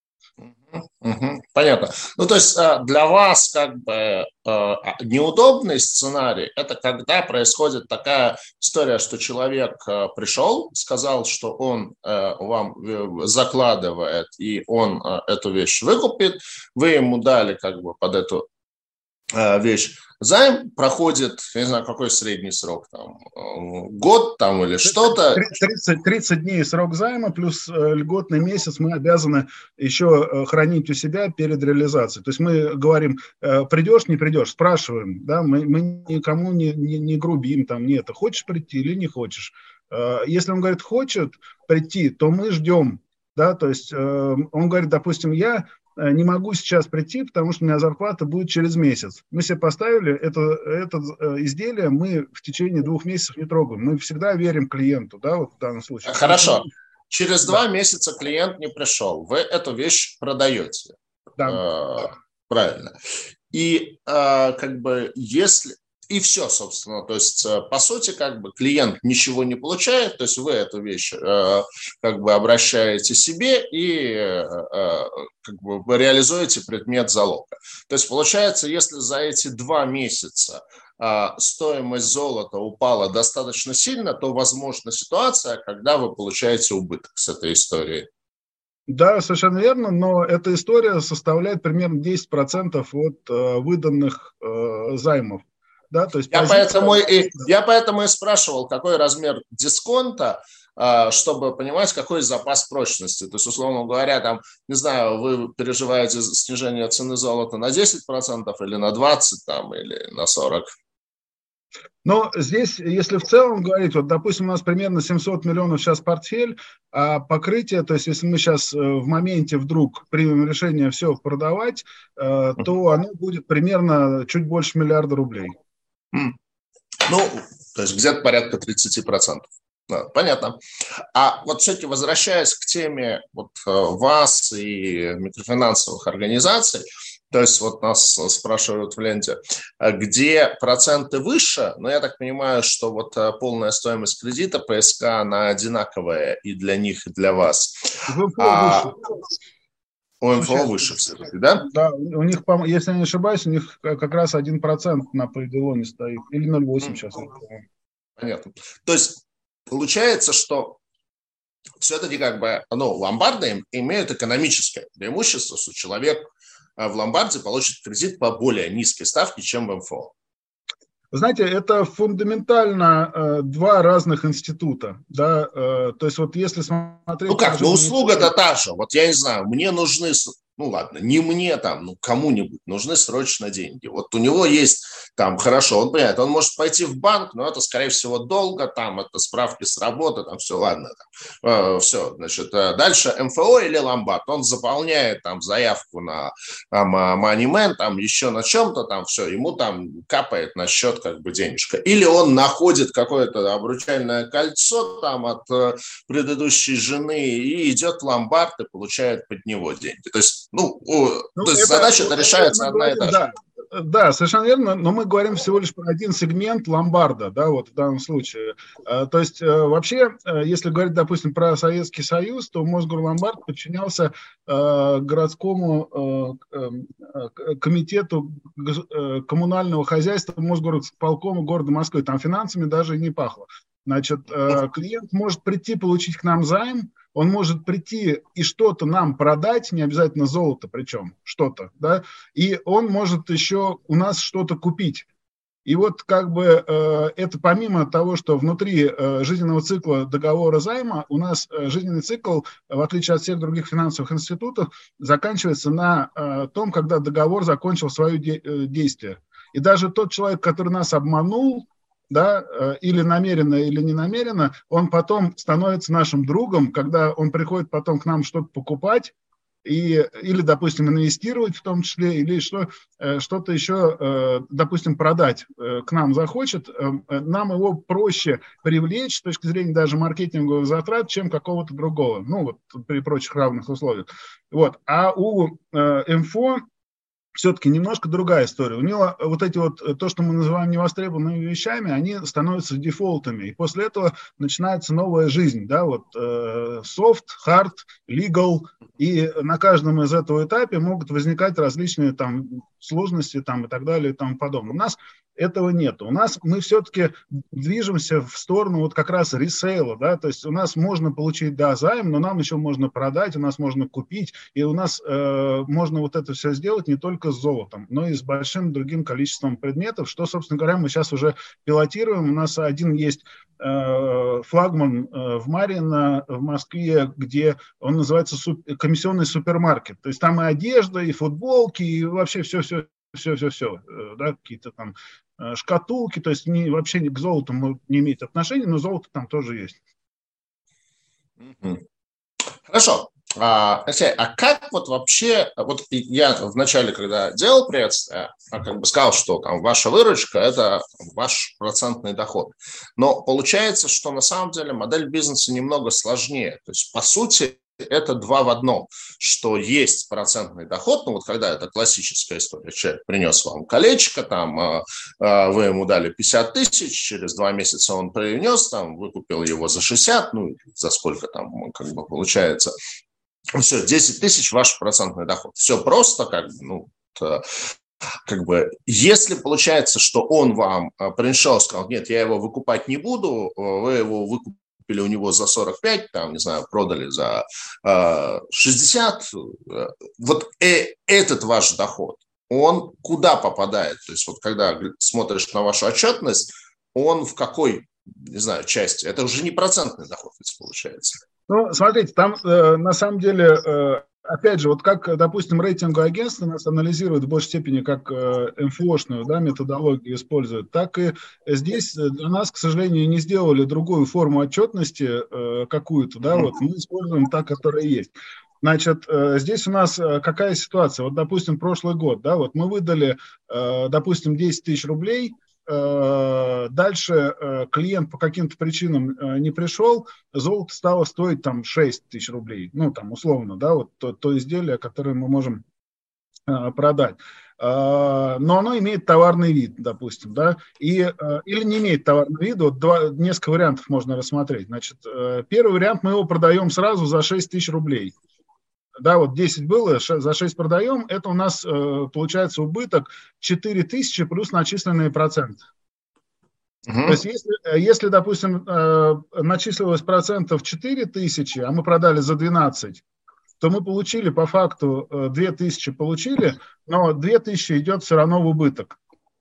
Угу, понятно. Ну, то есть для вас как бы неудобный сценарий – это когда происходит такая история, что человек пришел, сказал, что он вам закладывает, и он эту вещь выкупит, вы ему дали как бы под эту вещь займ, проходит, я не знаю, какой средний срок, там, год там или что-то. тридцать, тридцать дней срок займа плюс льготный месяц мы обязаны еще хранить у себя перед реализацией. То есть мы говорим, придешь, не придешь, спрашиваем, да, мы, мы никому не, не, не грубим, там, нет, хочешь прийти или не хочешь. Если он говорит, хочет прийти, то мы ждем, да, то есть он говорит, допустим, я не могу сейчас прийти, потому что у меня зарплата будет через месяц. Мы себе поставили это, это изделие, мы в течение двух месяцев не трогаем. Мы всегда верим клиенту, да, вот в данном случае. Хорошо. Через да. два месяца клиент не пришел. Вы эту вещь продаете. Да. Э, правильно. И э, как бы если... И все, собственно. То есть, по сути, как бы клиент ничего не получает, то есть вы эту вещь э, как бы обращаете себе и э, как бы вы реализуете предмет залога. То есть, получается, если за эти два месяца э, стоимость золота упала достаточно сильно, то возможна ситуация, когда вы получаете убыток с этой историей. Да, совершенно верно, но эта история составляет примерно десять процентов от э, выданных э, займов. Да, то есть я, позиция... поэтому и, я поэтому и спрашивал, какой размер дисконта, чтобы понимать, какой запас прочности. То есть, условно говоря, там, не знаю, вы переживаете снижение цены золота на десять процентов или на двадцать процентов, там, или на сорок процентов. Но здесь, если в целом говорить, вот, допустим, у нас примерно семьсот миллионов сейчас портфель, а покрытие, то есть если мы сейчас в моменте вдруг примем решение все продавать, то оно будет примерно чуть больше миллиарда рублей. Mm. Ну, то есть где-то порядка тридцать процентов. Да, понятно. А вот все-таки возвращаясь к теме вот вас и микрофинансовых организаций, то есть вот нас спрашивают в ленте, где проценты выше, но я так понимаю, что вот полная стоимость кредита ПСК, она одинаковая и для них, и для вас. А у МФО выше все-таки, да? Да, у них, если я не ошибаюсь, у них как раз один процент на полидилоне стоит, или ноль целых восемь десятых сейчас. Понятно. То есть получается, что все-таки как бы, ну, ломбарды имеют экономическое преимущество, что человек в ломбарде получит кредит по более низкой ставке, чем в МФО. Вы знаете, это фундаментально э, два разных института, да, э, то есть вот если смотреть... Ну как, ну услуга-то та же, вот я не знаю, мне нужны, ну ладно, не мне там, ну кому-нибудь нужны срочно деньги. Вот у него есть там, хорошо, он понимает, он может пойти в банк, но это, скорее всего, долго, там, это справки с работы, там все, ладно, там, э, все, значит, дальше МФО или ломбард, он заполняет там заявку на там, Moneyman, там еще на чем-то, там все, ему там капает на счет как бы денежка. Или он находит какое-то обручальное кольцо там от э, предыдущей жены и идет в ломбард и получает под него деньги. То есть, ну, ну то есть это, задача-то решается одна говорим, и та же. Да. Да, совершенно верно, но мы говорим всего лишь про один сегмент ломбарда, да, вот в данном случае. То есть вообще, если говорить, допустим, про Советский Союз, то Мосгорломбард подчинялся городскому комитету коммунального хозяйства Мосгорисполкома города Москвы. Там финансами даже не пахло. Значит, клиент может прийти получить к нам займ, он может прийти и что-то нам продать, не обязательно золото, причем что-то, да, и он может еще у нас что-то купить. И вот как бы э, это помимо того, что внутри э, жизненного цикла договора займа, у нас э, жизненный цикл, в отличие от всех других финансовых институтов, заканчивается на э, том, когда договор закончил свое де- э, действие. И даже тот человек, который нас обманул, да, или намеренно, или не намеренно, он потом становится нашим другом, когда он приходит потом к нам что-то покупать, и, или, допустим, инвестировать в том числе, или что, что-то еще, допустим, продать к нам захочет, нам его проще привлечь с точки зрения даже маркетинговых затрат, чем какого-то другого, ну, вот при прочих равных условиях. Вот. А у МФО все-таки немножко другая история. У него вот эти вот, то, что мы называем невостребованными вещами, они становятся дефолтами. И после этого начинается новая жизнь. Да, вот э, soft, hard, legal. И на каждом из этого этапе могут возникать различные там сложности там, и так далее и тому подобное. У нас этого нет. У нас мы все-таки движемся в сторону вот как раз ресейла, да, то есть у нас можно получить, да, займ, но нам еще можно продать, у нас можно купить, и у нас э, можно вот это все сделать не только с золотом, но и с большим другим количеством предметов, что, собственно говоря, мы сейчас уже пилотируем. У нас один есть э, флагман э, в Марино, в Москве, где он называется суп, комиссионный супермаркет, то есть там и одежда, и футболки, и вообще все-все, все-все-все, да, какие-то там шкатулки, то есть не, вообще к золоту не имеет отношения, но золото там тоже есть. Хорошо. А, Алексей, а как вот вообще, вот я вначале, когда делал приветствие, как бы сказал, что там ваша выручка – это ваш процентный доход. Но получается, что на самом деле модель бизнеса немного сложнее. То есть, по сути, это два в одном, что есть процентный доход, ну вот когда это классическая история, человек принес вам колечко, там вы ему дали пятьдесят тысяч, через два месяца он принес, там выкупил его за шестьдесят, ну за сколько там как бы получается, все, десять тысяч ваш процентный доход, все просто как бы, ну, как бы, если получается, что он вам пришел, сказал, нет, я его выкупать не буду, вы его выкупите, или у него за сорок пять, там, не знаю, продали за э, шестьдесят, вот э, этот ваш доход, он куда попадает? То есть вот когда смотришь на вашу отчетность, он в какой, не знаю, части? Это уже не процентный доход, получается. Ну, смотрите, там э, на самом деле э, опять же, вот как, допустим, рейтинговое агентство нас анализирует в большей степени как эм эф о-шную, да, методологию использует, так и здесь для нас, к сожалению, не сделали другую форму отчетности э, какую-то, да, вот мы используем та, которая есть. Значит, э, здесь у нас э, какая ситуация? Вот, допустим, прошлый год, да, вот мы выдали, э, допустим, десять тысяч рублей, дальше клиент по каким-то причинам не пришел, золото стало стоить там шесть тысяч рублей, ну там условно, да, вот то, то изделие, которое мы можем продать. Но оно имеет товарный вид, допустим, да, и, или не имеет товарного вида, вот два, несколько вариантов можно рассмотреть. Значит, первый вариант, мы его продаем сразу за шесть тысяч рублей. Да, вот десять было, за шесть продаем, это у нас э, получается убыток четыре тысячи плюс начисленные проценты. Uh-huh. То есть если, если, допустим, э, начислилось процентов четыре тысячи, а мы продали за двенадцать, то мы получили по факту э, две тысячи получили, но две тысячи идет все равно в убыток.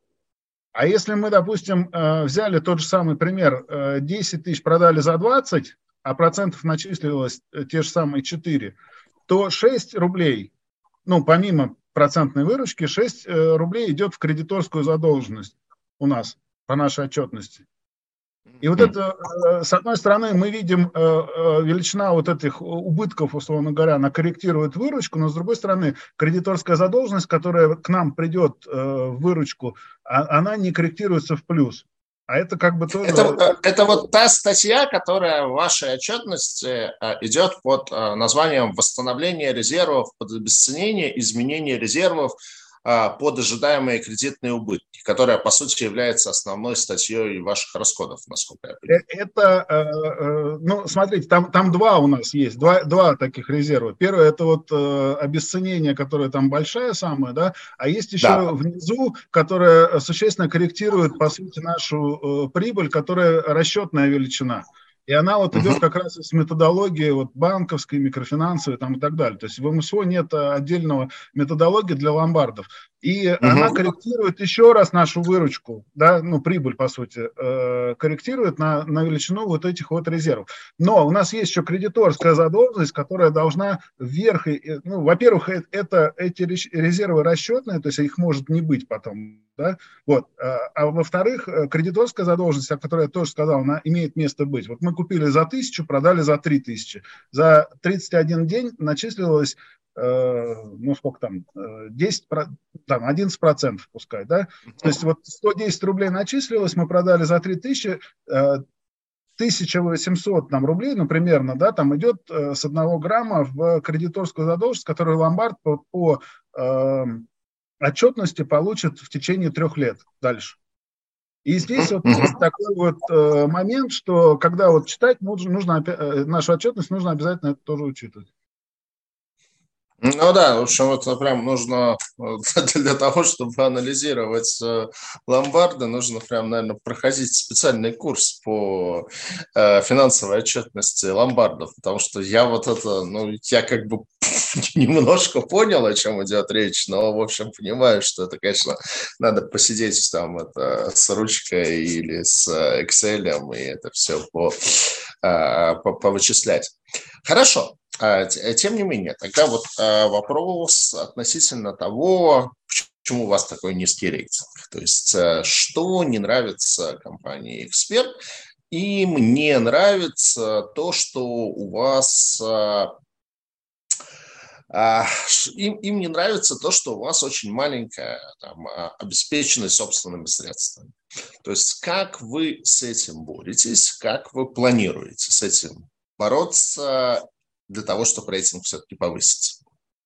А если мы, допустим, э, взяли тот же самый пример, э, десять тысяч продали за двадцать, а процентов начислилось э, те же самые четыре, то шесть рублей, ну, помимо процентной выручки, шесть э, рублей идет в кредиторскую задолженность у нас по нашей отчетности. И вот это, э, с одной стороны, мы видим э, э, величина вот этих убытков, условно говоря, она корректирует выручку, но с другой стороны, кредиторская задолженность, которая к нам придет э, в выручку, а, она не корректируется в плюс. А это как бы тоже... Это, это вот та статья, которая в вашей отчетности идет под названием «Восстановление резервов под обесценение, изменение резервов под ожидаемые кредитные убытки», которая, по сути, является основной статьей ваших расходов, насколько я понимаю. Это, ну, смотрите, там, там два у нас есть, два, два таких резерва. Первое – это вот обесценение, которое там большая самая, да, а есть еще да. внизу, которая существенно корректирует, по сути, нашу прибыль, которая расчетная величина. И она вот идет как раз с методологии вот банковской, микрофинансовой там, и так далее. То есть в эм эс о нет отдельного методологии для ломбардов. И uh-huh. она корректирует еще раз нашу выручку, да, ну, прибыль, по сути, э, корректирует на, на величину вот этих вот резервов. Но у нас есть еще кредиторская задолженность, которая должна вверх, ну, во-первых, это, эти резервы расчетные, то есть их может не быть потом, да, вот. А во-вторых, кредиторская задолженность, о которой я тоже сказал, она имеет место быть. Вот мы купили за тысячу, продали за три тысячи. За тридцать один день начислилось, э, ну сколько там, десять, там, одиннадцать процентов пускай, да. То есть вот сто десять рублей начислилось, мы продали за три тысячи, э, тысяча восемьсот там, рублей, ну, примерно, да, там идет э, с одного грамма в кредиторскую задолженность, которую ломбард по, по э, отчетности получит в течение трех лет дальше. И здесь вот есть такой вот э, момент, что когда вот читать, нужно, нужно э, нашу отчетность, нужно обязательно это тоже учитывать. Ну да, в общем, это прям нужно для того, чтобы анализировать ломбарды, нужно прям, наверное, проходить специальный курс по э, финансовой отчетности ломбардов, потому что я вот это, ну, я как бы немножко понял, о чем идет речь, но, в общем, понимаю, что это, конечно, надо посидеть там это, с ручкой или с Excel, и это все по, э, по, повычислять. Хорошо. Тем не менее, тогда вот вопрос относительно того, почему у вас такой низкий рейтинг. То есть, что не нравится компании «Эксперт», им не нравится то, что у вас... Им, им не нравится то, что у вас очень маленькая там, обеспеченность собственными средствами. То есть, как вы с этим боретесь, как вы планируете с этим бороться для того, чтобы рейтинг все-таки повысится?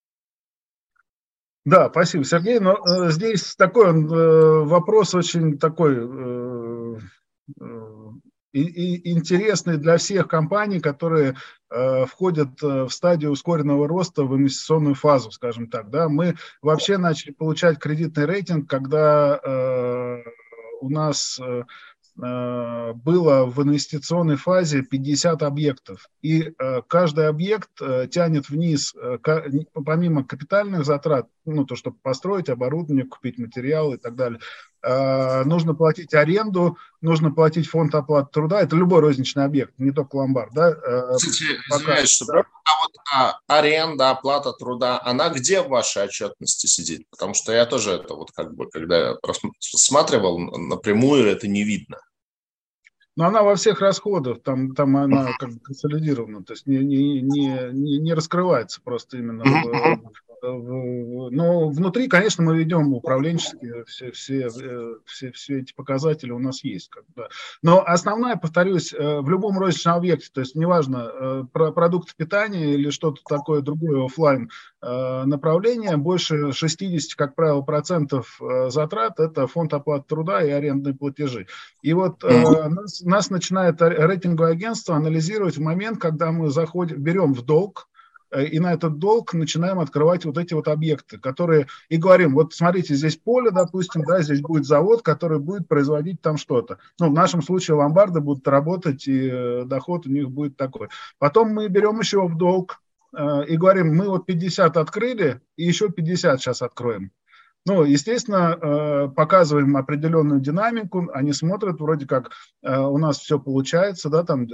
Да, спасибо, Сергей. Но э, здесь такой э, вопрос очень такой э, э, и, и интересный для всех компаний, которые э, входят в стадию ускоренного роста в инвестиционную фазу, скажем так. Да? Мы вообще начали получать кредитный рейтинг, когда э, у нас... Э, было в инвестиционной фазе пятьдесят объектов, и каждый объект тянет вниз, помимо капитальных затрат, ну, то, чтобы построить оборудование, купить материалы и так далее. Нужно платить аренду, нужно платить фонд оплаты труда. Это любой розничный объект, не только ломбард. Да? Кстати, извиняюсь, что да. А вот а, аренда, оплата труда, она где в вашей отчетности сидит? Потому что я тоже это вот как бы, когда я рассматривал напрямую, это не видно. Но она во всех расходах, там, там она как бы консолидирована, то есть не, не, не, не раскрывается просто именно. В, в, но внутри, конечно, мы ведем управленческие, все, все, все, все эти показатели у нас есть. Как бы. Но основная, повторюсь, в любом розничном объекте, то есть неважно, про продукты питания или что-то такое другое офлайн направление, больше шестьдесят, как правило, процентов затрат – это фонд оплаты труда и арендные платежи. И вот mm-hmm. нас, нас начинает рейтинговое агентство анализировать в момент, когда мы заходим, берем в долг, и на этот долг начинаем открывать вот эти вот объекты, которые, и говорим, вот смотрите, здесь поле, допустим, да, здесь будет завод, который будет производить там что-то. Ну, в нашем случае ломбарды будут работать, и доход у них будет такой. Потом мы берем еще в долг и говорим, мы вот пятьдесят открыли, и еще пятьдесят сейчас откроем. Ну, естественно, показываем определенную динамику, они смотрят, вроде как у нас все получается, да, там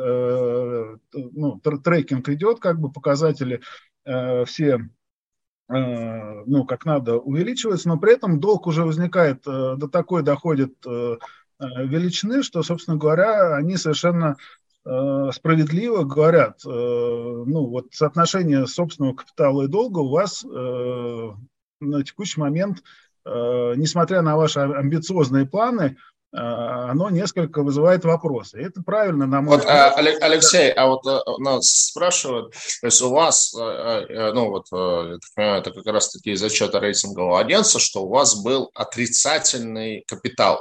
ну, трекинг идет, как бы показатели все, ну, как надо увеличиваются, но при этом долг уже возникает, до такой доходит величины, что, собственно говоря, они совершенно справедливо говорят, ну, вот соотношение собственного капитала и долга у вас на текущий момент, э, несмотря на ваши амбициозные планы, э, оно несколько вызывает вопросы. И это правильно, на мой вот, взгляд. Алексей, а вот нас спрашивают, то есть у вас, ну вот, я так понимаю, это как раз-таки из отчета рейтингового агентства, что у вас был отрицательный капитал,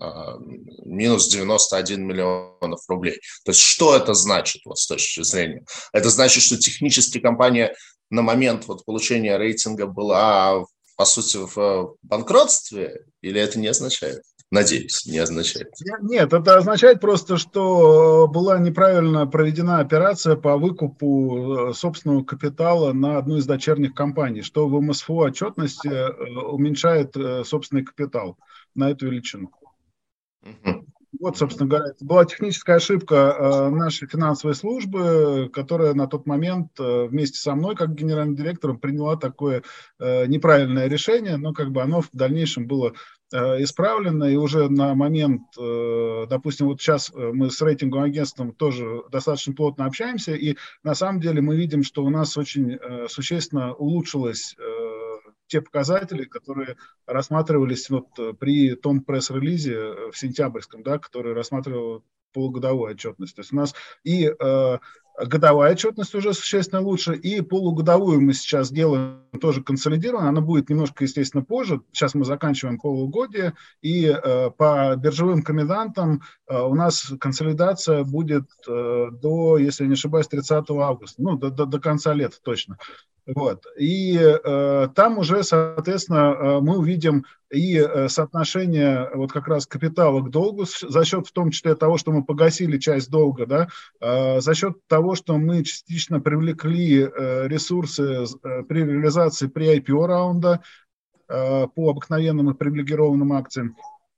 минус девяносто один миллионов рублей. То есть что это значит вот, с точки зрения? Это значит, что технически компания на момент вот получения рейтинга была, по сути, в банкротстве? Или это не означает? Надеюсь, не означает. Нет, это означает просто, что была неправильно проведена операция по выкупу собственного капитала на одну из дочерних компаний, что в МСФО отчетности уменьшает собственный капитал на эту величину. Uh-huh. Вот, собственно говоря, это была техническая ошибка нашей финансовой службы, которая на тот момент вместе со мной, как генеральным директором, приняла такое неправильное решение, но как бы оно в дальнейшем было исправлено, и уже на момент, допустим, вот сейчас мы с рейтинговым агентством тоже достаточно плотно общаемся, и на самом деле мы видим, что у нас очень существенно улучшилось те показатели, которые рассматривались вот при том пресс-релизе в сентябрьском, да, который рассматривал полугодовую отчетность. То есть у нас и э, годовая отчетность уже существенно лучше, и полугодовую мы сейчас делаем тоже консолидированно. Она будет немножко, естественно, позже. Сейчас мы заканчиваем полугодие, и э, по биржевым комендантам э, у нас консолидация будет э, до, если я не ошибаюсь, тридцатого августа, ну, до, до, до конца лета точно. Вот. И э, там уже, соответственно, э, мы увидим и э, соотношение вот как раз капитала к долгу за счет в том числе того, что мы погасили часть долга, да, э, за счет того, что мы частично привлекли э, ресурсы э, при реализации при ай пи о раунда э, по обыкновенным и привилегированным акциям.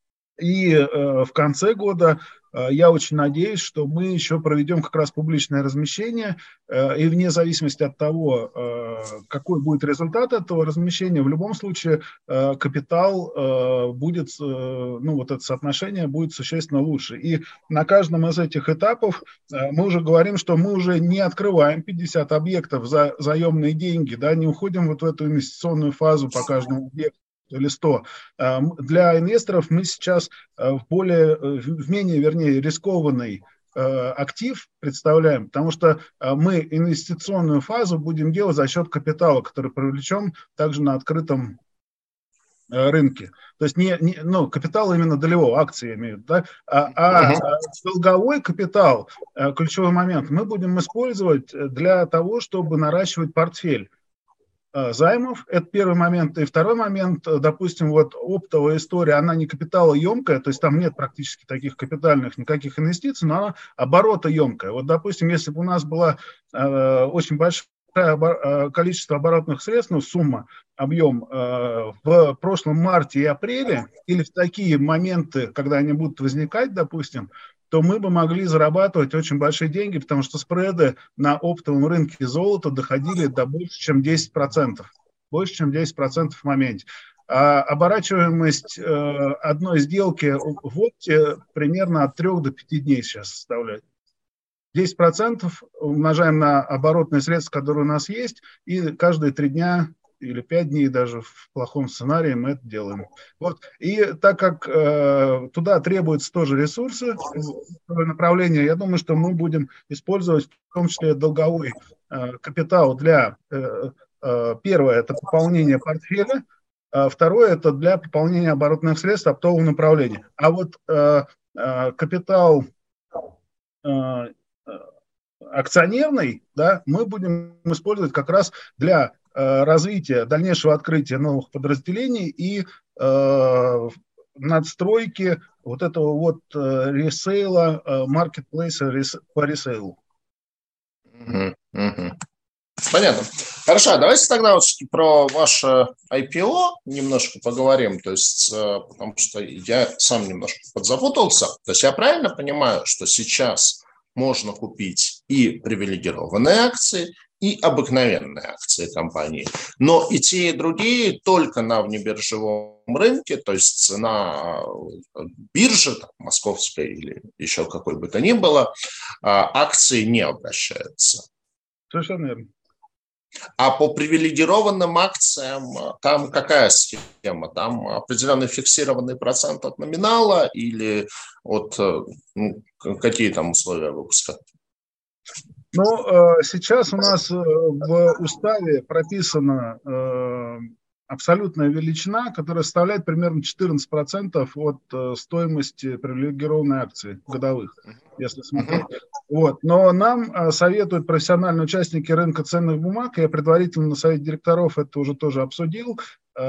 И э, в конце года э, я очень надеюсь, что мы еще проведем как раз публичное размещение, э, и вне зависимости от того, э, какой будет результат этого размещения, в любом случае э, капитал э, будет, э, ну вот это соотношение будет существенно лучше. И на каждом из этих этапов э, мы уже говорим, что мы уже не открываем пятьдесят объектов за заемные деньги, да, не уходим вот в эту инвестиционную фазу по каждому объекту или сто. Для инвесторов мы сейчас в более, в менее, вернее, рискованный актив представляем, потому что мы инвестиционную фазу будем делать за счет капитала, который привлечем также на открытом рынке. То есть не, не ну, капитал именно долевого, акции имеют, да? а, а uh-huh. долговой капитал, ключевой момент, мы будем использовать для того, чтобы наращивать портфель займов, это первый момент. И второй момент, допустим, вот оптовая история, она не капиталоемкая, то есть там нет практически таких капитальных никаких инвестиций, но она оборотоемкая. Вот, допустим, если бы у нас была э, очень большая количество оборотных средств, ну, сумма, объем в прошлом марте и апреле, или в такие моменты, когда они будут возникать, допустим, то мы бы могли зарабатывать очень большие деньги, потому что спреды на оптовом рынке золота доходили до больше, чем десять процентов. Больше, чем десять процентов в моменте. А оборачиваемость одной сделки в опте примерно от трёх до пяти дней сейчас составляет. десять процентов умножаем на оборотные средства, которые у нас есть, и каждые три дня или пять дней даже в плохом сценарии мы это делаем. Вот. И так как э, туда требуются тоже ресурсы, направления, я думаю, что мы будем использовать в том числе долговой э, капитал для, э, э, первое, это пополнение портфеля, а второе, это для пополнения оборотных средств оптового направления. А вот э, э, капитал э, акционерный, да, мы будем использовать как раз для э, развития, дальнейшего открытия новых подразделений и э, надстройки вот этого вот э, ресейла, э, маркетплейса рес, по ресейлу. Uh-huh, uh-huh. Понятно. Хорошо, давайте тогда вот про ваше ай пи о немножко поговорим, то есть, потому что я сам немножко подзапутался. То есть я правильно понимаю, что сейчас можно купить и привилегированные акции, и обыкновенные акции компании, но и те, и другие только на внебиржевом рынке, то есть на бирже, там, московской или еще какой бы то ни было, акции не обращаются. Совершенно верно. А по привилегированным акциям там какая схема? Там определенный фиксированный процент от номинала или от, ну, какие там условия выпуска? Ну, сейчас у нас в уставе прописана абсолютная величина, которая составляет примерно четырнадцать процентов от стоимости привилегированной акции годовых, если смотреть. Вот. Но нам советуют профессиональные участники рынка ценных бумаг, я предварительно на совете директоров это уже тоже обсудил,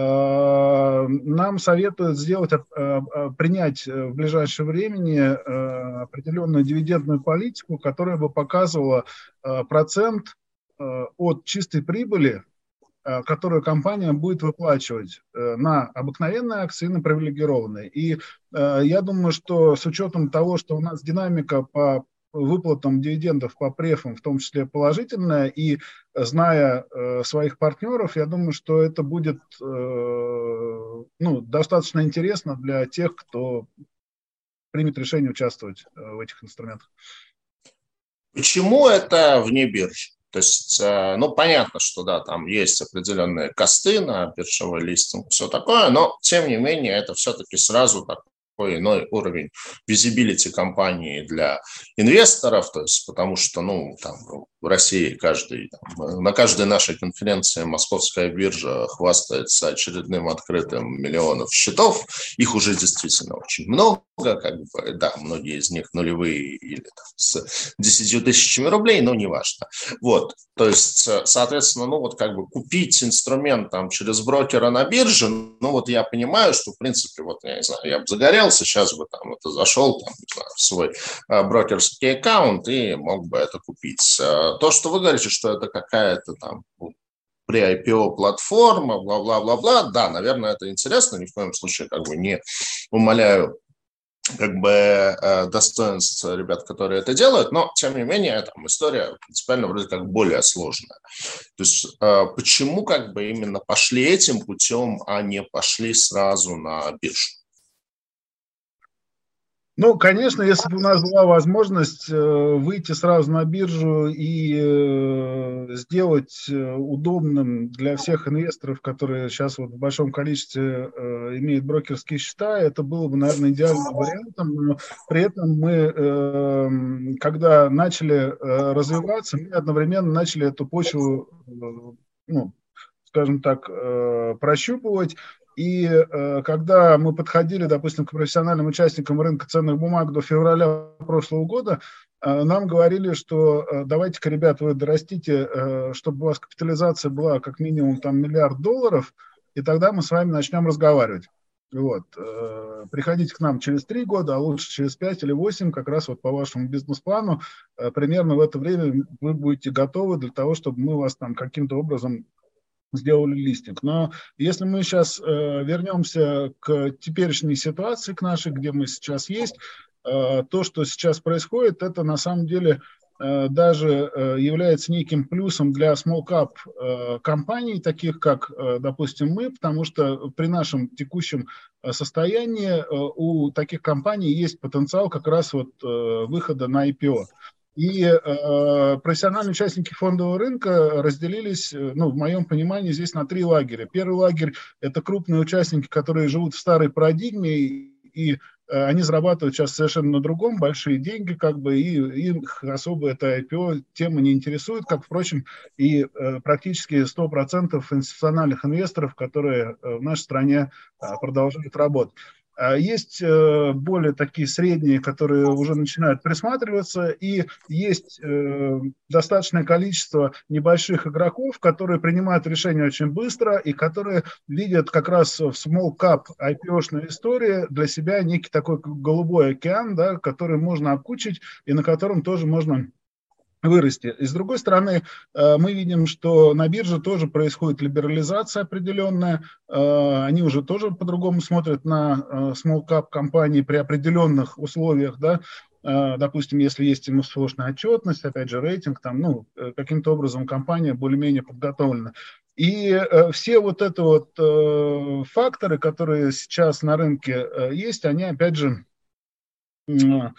нам советуют сделать, принять в ближайшее время определенную дивидендную политику, которая бы показывала процент от чистой прибыли, которую компания будет выплачивать на обыкновенные акции и на привилегированные. И я думаю, что с учетом того, что у нас динамика по выплатам дивидендов по префам, в том числе положительная, и зная э, своих партнеров, я думаю, что это будет э, ну, достаточно интересно для тех, кто примет решение участвовать э, в этих инструментах. Почему это вне биржи? То есть, э, ну, понятно, что да, там есть определенные косты на биржевой листинг, все такое, но, тем не менее, это все-таки сразу так, иной уровень визибилити компании для инвесторов, то есть потому что, ну, там, в России каждый, там, на каждой нашей конференции московская биржа хвастается очередным открытым миллионов счетов, их уже действительно очень много, как бы, да, многие из них нулевые или там, с десятью тысячами рублей, но неважно. Вот, то есть, соответственно, ну, вот как бы купить инструмент там через брокера на бирже, ну, вот я понимаю, что, в принципе, вот, я не знаю, я бы загорел, сейчас бы там это зашел там, в свой а, брокерский аккаунт и мог бы это купить. А, то, что вы говорите, что это какая-то там при ай пи о платформа, бла-бла-бла-бла, да, наверное, это интересно, ни в коем случае как бы не умаляю как бы э, достоинств ребят, которые это делают, но, тем не менее, там история принципиально вроде как более сложная. То есть э, почему как бы именно пошли этим путем, а не пошли сразу на биржу? Ну, конечно, если бы у нас была возможность выйти сразу на биржу и сделать удобным для всех инвесторов, которые сейчас вот в большом количестве имеют брокерские счета, это было бы, наверное, идеальным вариантом. Но при этом мы, когда начали развиваться, мы одновременно начали эту почву, ну, скажем так, прощупывать. И э, когда мы подходили, допустим, к профессиональным участникам рынка ценных бумаг до февраля прошлого года, э, нам говорили, что э, давайте-ка, ребята, вы дорастите, э, чтобы у вас капитализация была как минимум там миллиард долларов, и тогда мы с вами начнем разговаривать. Вот. Приходите к нам через три года, а лучше через пять или восемь, как раз вот по вашему бизнес-плану. Примерно в это время вы будете готовы для того, чтобы мы вас там каким-то образом сделали листинг. Но если мы сейчас вернемся к теперешней ситуации, к нашей, где мы сейчас есть, то, что сейчас происходит, это на самом деле даже является неким плюсом для small cap компаний, таких как, допустим, мы, потому что при нашем текущем состоянии у таких компаний есть потенциал как раз вот выхода на ай пи о. И э, профессиональные участники фондового рынка разделились, ну, в моем понимании, здесь на три лагеря. Первый лагерь – это крупные участники, которые живут в старой парадигме, и э, они зарабатывают сейчас совершенно на другом, большие деньги, как бы, и их особо эта ай пи о тема не интересует, как, впрочем, и э, практически сто процентов институциональных инвесторов, которые в нашей стране э, продолжают работать. Есть более такие средние, которые уже начинают присматриваться, и есть достаточное количество небольших игроков, которые принимают решения очень быстро и которые видят как раз в small cap ай пи о-шной истории для себя некий такой голубой океан, да, который можно окучить и на котором тоже можно вырасти. И с другой стороны, мы видим, что на бирже тоже происходит либерализация определенная. Они уже тоже по-другому смотрят на small cap компании при определенных условиях, да. Допустим, если есть эм эф эс о-шная отчетность, опять же, рейтинг, там, ну, каким-то образом компания более-менее подготовлена. И э, все вот это вот э, факторы, которые сейчас на рынке э, есть, они, опять же, э,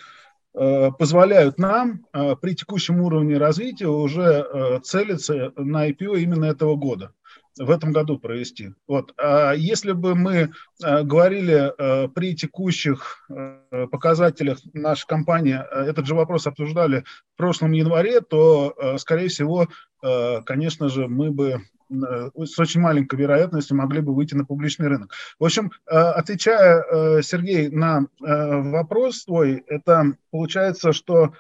позволяют нам э, при текущем уровне развития уже э, целиться на ай пи о именно этого года, в этом году провести. Вот. А если бы мы э, говорили э, при текущих э, показателях нашей компании, э, этот же вопрос обсуждали в прошлом январе, то, э, скорее всего, э, конечно же, мы бы с очень маленькой вероятностью могли бы выйти на публичный рынок. В общем, отвечая, Сергей, на вопрос твой, это получается, что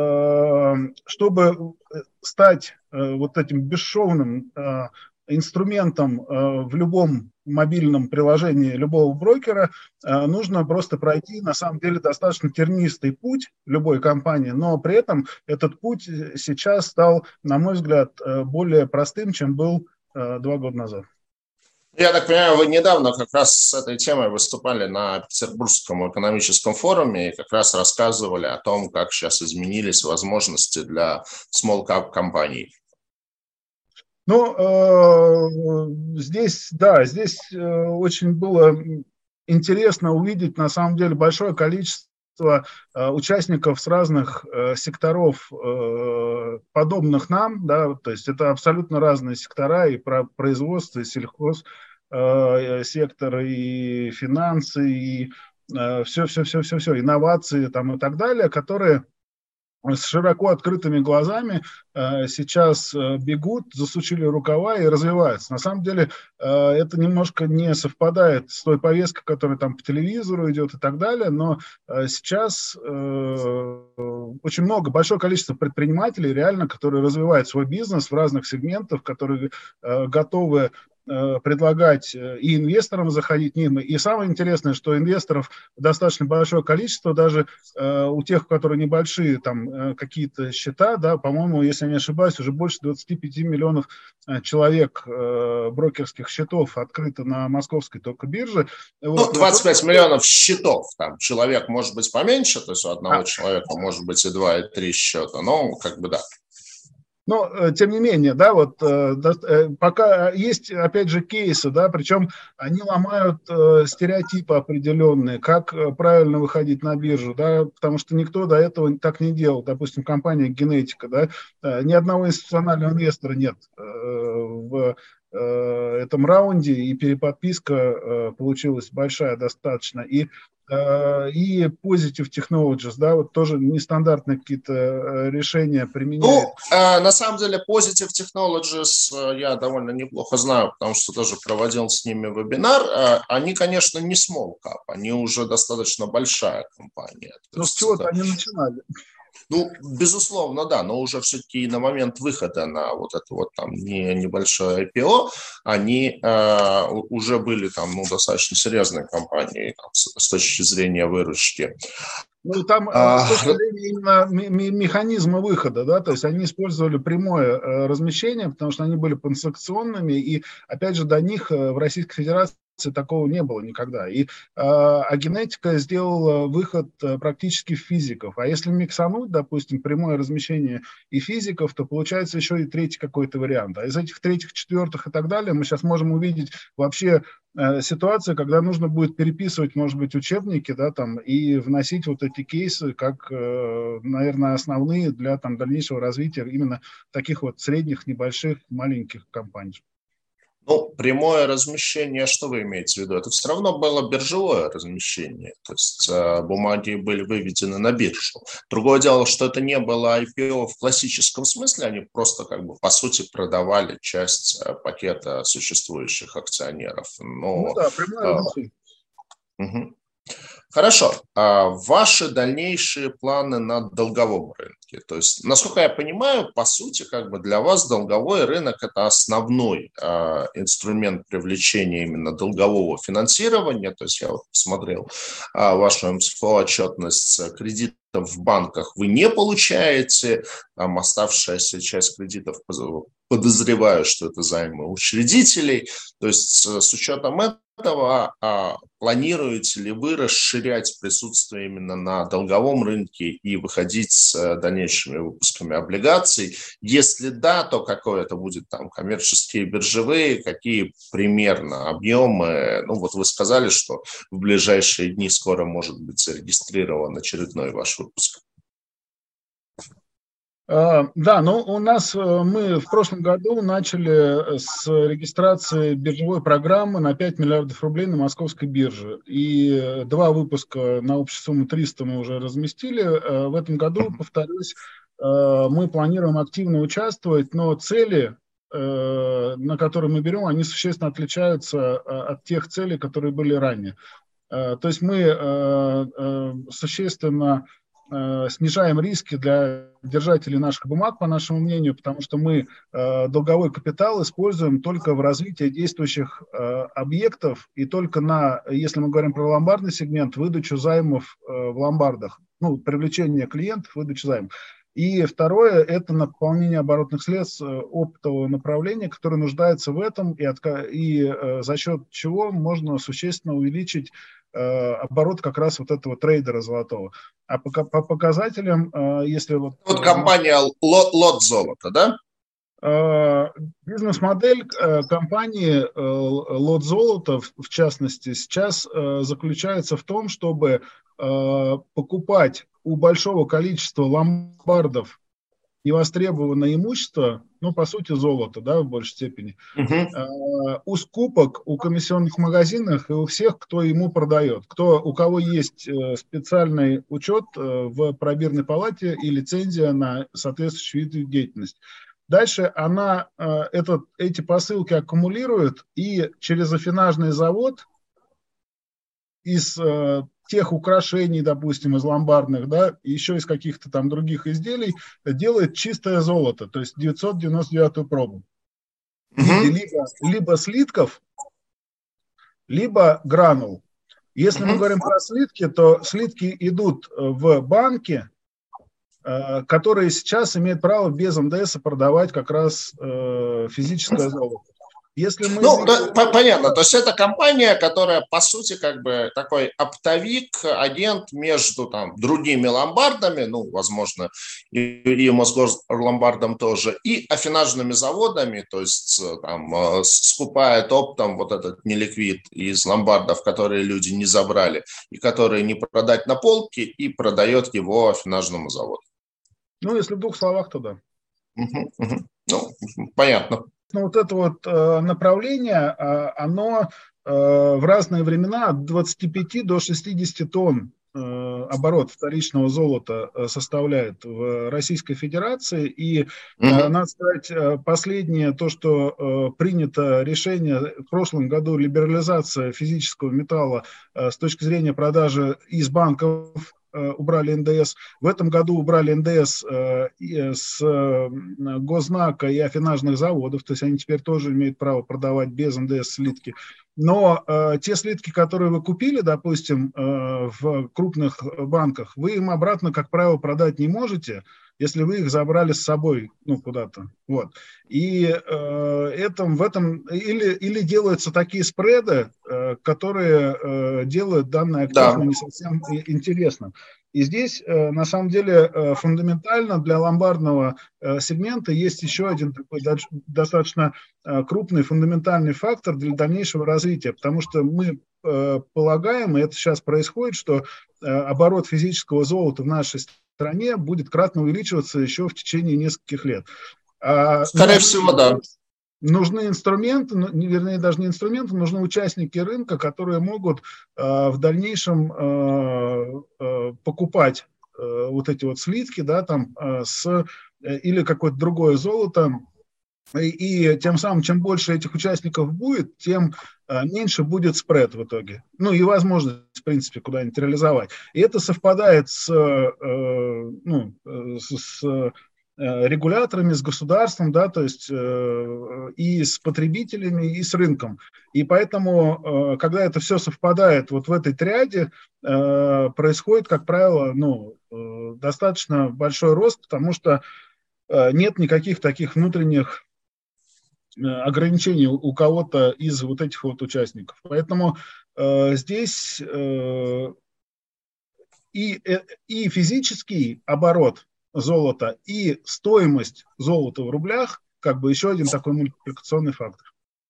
чтобы стать вот этим бесшовным инструментом в любом мобильном приложении любого брокера, нужно просто пройти, на самом деле, достаточно тернистый путь любой компании, но при этом этот путь сейчас стал, на мой взгляд, более простым, чем был два года назад. Я так понимаю, вы недавно как раз с этой темой выступали на Петербургском экономическом форуме и как раз рассказывали о том, как сейчас изменились возможности для small cap компаний. Ну, э, здесь, да, здесь э, очень было интересно увидеть, на самом деле, большое количество участников с разных э, секторов, э, подобных нам, да, то есть это абсолютно разные сектора, и про производство, и сельхоз, э, сектор, и финансы, и все-все-все-все-все, э, инновации там, и так далее, которые с широко открытыми глазами э, сейчас э, бегут, засучили рукава и развиваются. На самом деле э, это немножко не совпадает с той повесткой, которая там по телевизору идет и так далее, но э, сейчас э, очень много, большое количество предпринимателей реально, которые развивают свой бизнес в разных сегментах, которые э, готовы предлагать и инвесторам заходить к ним. И самое интересное, что инвесторов достаточно большое количество, даже э, у тех, у которых небольшие там э, какие-то счета, да, по-моему, если я не ошибаюсь, уже больше двадцати пяти миллионов э, человек э, брокерских счетов открыто на московской только бирже. Ну, вот, двадцать пять миллионов счетов, там человек может быть поменьше, то есть у одного а. человека может быть и два, и три счета, но как бы да. Но, тем не менее, да, вот пока есть, опять же, кейсы, да, причем они ломают стереотипы определенные, как правильно выходить на биржу, да, потому что никто до этого так не делал. Допустим, компания Генетика, да, ни одного институционального инвестора нет в этом раунде, и переподписка получилась большая достаточно. И и Positive Technologies, да, вот тоже нестандартные какие-то решения применяют. Ну, э, на самом деле Positive Technologies я довольно неплохо знаю, потому что тоже проводил с ними вебинар. Э, они, конечно, не small cap, они уже достаточно большая компания. Ну, с чего-то это... они начинали. Ну, безусловно, да, но уже все-таки на момент выхода на вот это вот там не, небольшое ай пи о, они э, уже были там, ну, достаточно серьезные компании там, с, с точки зрения выручки. Ну, там а, с точки зрения именно механизма выхода, да, то есть они использовали прямое размещение, потому что они были пансакционными, и, опять же, до них в Российской Федерации такого не было никогда. И, а генетика сделала выход практически в физиков. А если миксануть, допустим, прямое размещение и физиков, то получается еще и третий какой-то вариант. А из этих третьих, четвертых и так далее мы сейчас можем увидеть вообще ситуация, когда нужно будет переписывать, может быть, учебники, да, там, и вносить вот эти кейсы как, наверное, основные для там дальнейшего развития именно таких вот средних, небольших, маленьких компаний. Ну, прямое размещение, что вы имеете в виду? Это все равно было биржевое размещение, то есть э, бумаги были выведены на биржу. Другое дело, что это не было ай пи о в классическом смысле, они просто как бы по сути продавали часть э, пакета существующих акционеров. Но, ну да, прямое э, размещение. Угу. Хорошо. А ваши дальнейшие планы на долговом рынке? То есть, насколько я понимаю, по сути, как бы для вас долговой рынок – это основной а, инструмент привлечения именно долгового финансирования. То есть я вот посмотрел а, вашу эм эс эф о-отчетность, кредитов в банках вы не получаете, там оставшаяся часть кредитов, подозреваю, что это займы учредителей. То есть с учетом этого, а, планируете ли вы расширять присутствие именно на долговом рынке и выходить с дальнейшими выпусками облигаций? Если да, то какое это будет там коммерческие, биржевые, какие примерно объемы? Ну вот вы сказали, что в ближайшие дни скоро может быть зарегистрирован очередной ваш выпуск. Да, но у нас мы в прошлом году начали с регистрации биржевой программы на пять миллиардов рублей на московской бирже. И два выпуска на общую сумму триста мы уже разместили. В этом году, повторюсь, мы планируем активно участвовать, но цели, на которые мы берем, они существенно отличаются от тех целей, которые были ранее. То есть мы существенно снижаем риски для держателей наших бумаг, по нашему мнению, потому что мы э, долговой капитал используем только в развитии действующих э, объектов и только на, если мы говорим про ломбардный сегмент, выдачу займов э, в ломбардах, ну, привлечение клиентов, выдачу займов. И второе – это наполнение оборотных средств оптового направления, которое нуждается в этом, и, от, и э, за счет чего можно существенно увеличить э, оборот как раз вот этого трейдера золотого. А по, по показателям, э, если вот… Вот компания Лот, Лот Золото, да? Э, бизнес-модель э, компании э, Лот Золото, в, в частности, сейчас э, заключается в том, чтобы э, покупать у большого количества ломбардов невостребованное имущество, ну, по сути, золото, да, в большей степени, uh-huh. у скупок, у комиссионных магазинов и у всех, кто ему продает, кто, у кого есть специальный учет в пробирной палате и лицензия на соответствующий вид деятельности. Дальше она этот, эти посылки аккумулирует и через афинажный завод из тех украшений, допустим, из ломбардных, да, и еще из каких-то там других изделий, делает чистое золото, то есть девятьсот девяносто девятую пробу. В виде либо, либо слитков, либо гранул. Если мы говорим про слитки, то слитки идут в банки, которые сейчас имеют право без эн дэ эса продавать как раз физическое золото. Если мы ну, видим... то, понятно, то есть это компания, которая, по сути, как бы такой оптовик, агент между там другими ломбардами, ну, возможно, и, и Мосгорломбардом тоже, и афинажными заводами, то есть там скупает оптом вот этот неликвид из ломбардов, которые люди не забрали, и которые не продать на полке, и продает его афинажному заводу. Ну, если в двух словах, то да. Угу, угу. Ну, понятно. Ну, вот это вот э, направление, э, оно э, в разные времена от двадцати пяти до шестидесяти тонн э, оборот вторичного золота э, составляет в Российской Федерации. И, э, uh-huh. надо сказать, э, последнее, то, что э, принято решение в прошлом году, либерализация физического металла э, с точки зрения продажи из банков убрали эн дэ эс. В этом году убрали эн дэ эс с госзнака и аффинажных заводов, то есть они теперь тоже имеют право продавать без эн дэ эс слитки. Но э, те слитки, которые вы купили, допустим, э, в крупных банках, вы им обратно, как правило, продать не можете, если вы их забрали с собой, ну, куда-то. Вот. И э, этом, в этом или, или делаются такие спреды, э, которые э, делают данный актив Да. ну, не совсем интересным. И здесь, э, на самом деле, э, фундаментально для ломбардного э, сегмента есть еще один такой достаточно э, крупный фундаментальный фактор для дальнейшего развития, потому что мы э, полагаем, и это сейчас происходит, что э, оборот физического золота в нашей стране будет кратно увеличиваться еще в течение нескольких лет. А Скорее нужны, всего, да. Нужны инструменты, вернее, даже не инструменты, нужны участники рынка, которые могут э, в дальнейшем э, э, покупать э, вот эти вот слитки, да, там, э, с, э, или какое-то другое золото. И, и тем самым, чем больше этих участников будет, тем э, меньше будет спред в итоге. Ну и возможность, в принципе, куда-нибудь реализовать. И это совпадает с, э, ну, с, с регуляторами, с государством, да, то есть э, и с потребителями, и с рынком. И поэтому, э, когда это все совпадает вот в этой триаде, э, происходит, как правило, ну, э, достаточно большой рост, потому что э, нет никаких таких внутренних ограничений у кого-то из вот этих вот участников. Поэтому э, здесь э, и, и физический оборот золота, и стоимость золота в рублях, как бы еще один такой мультипликационный фактор.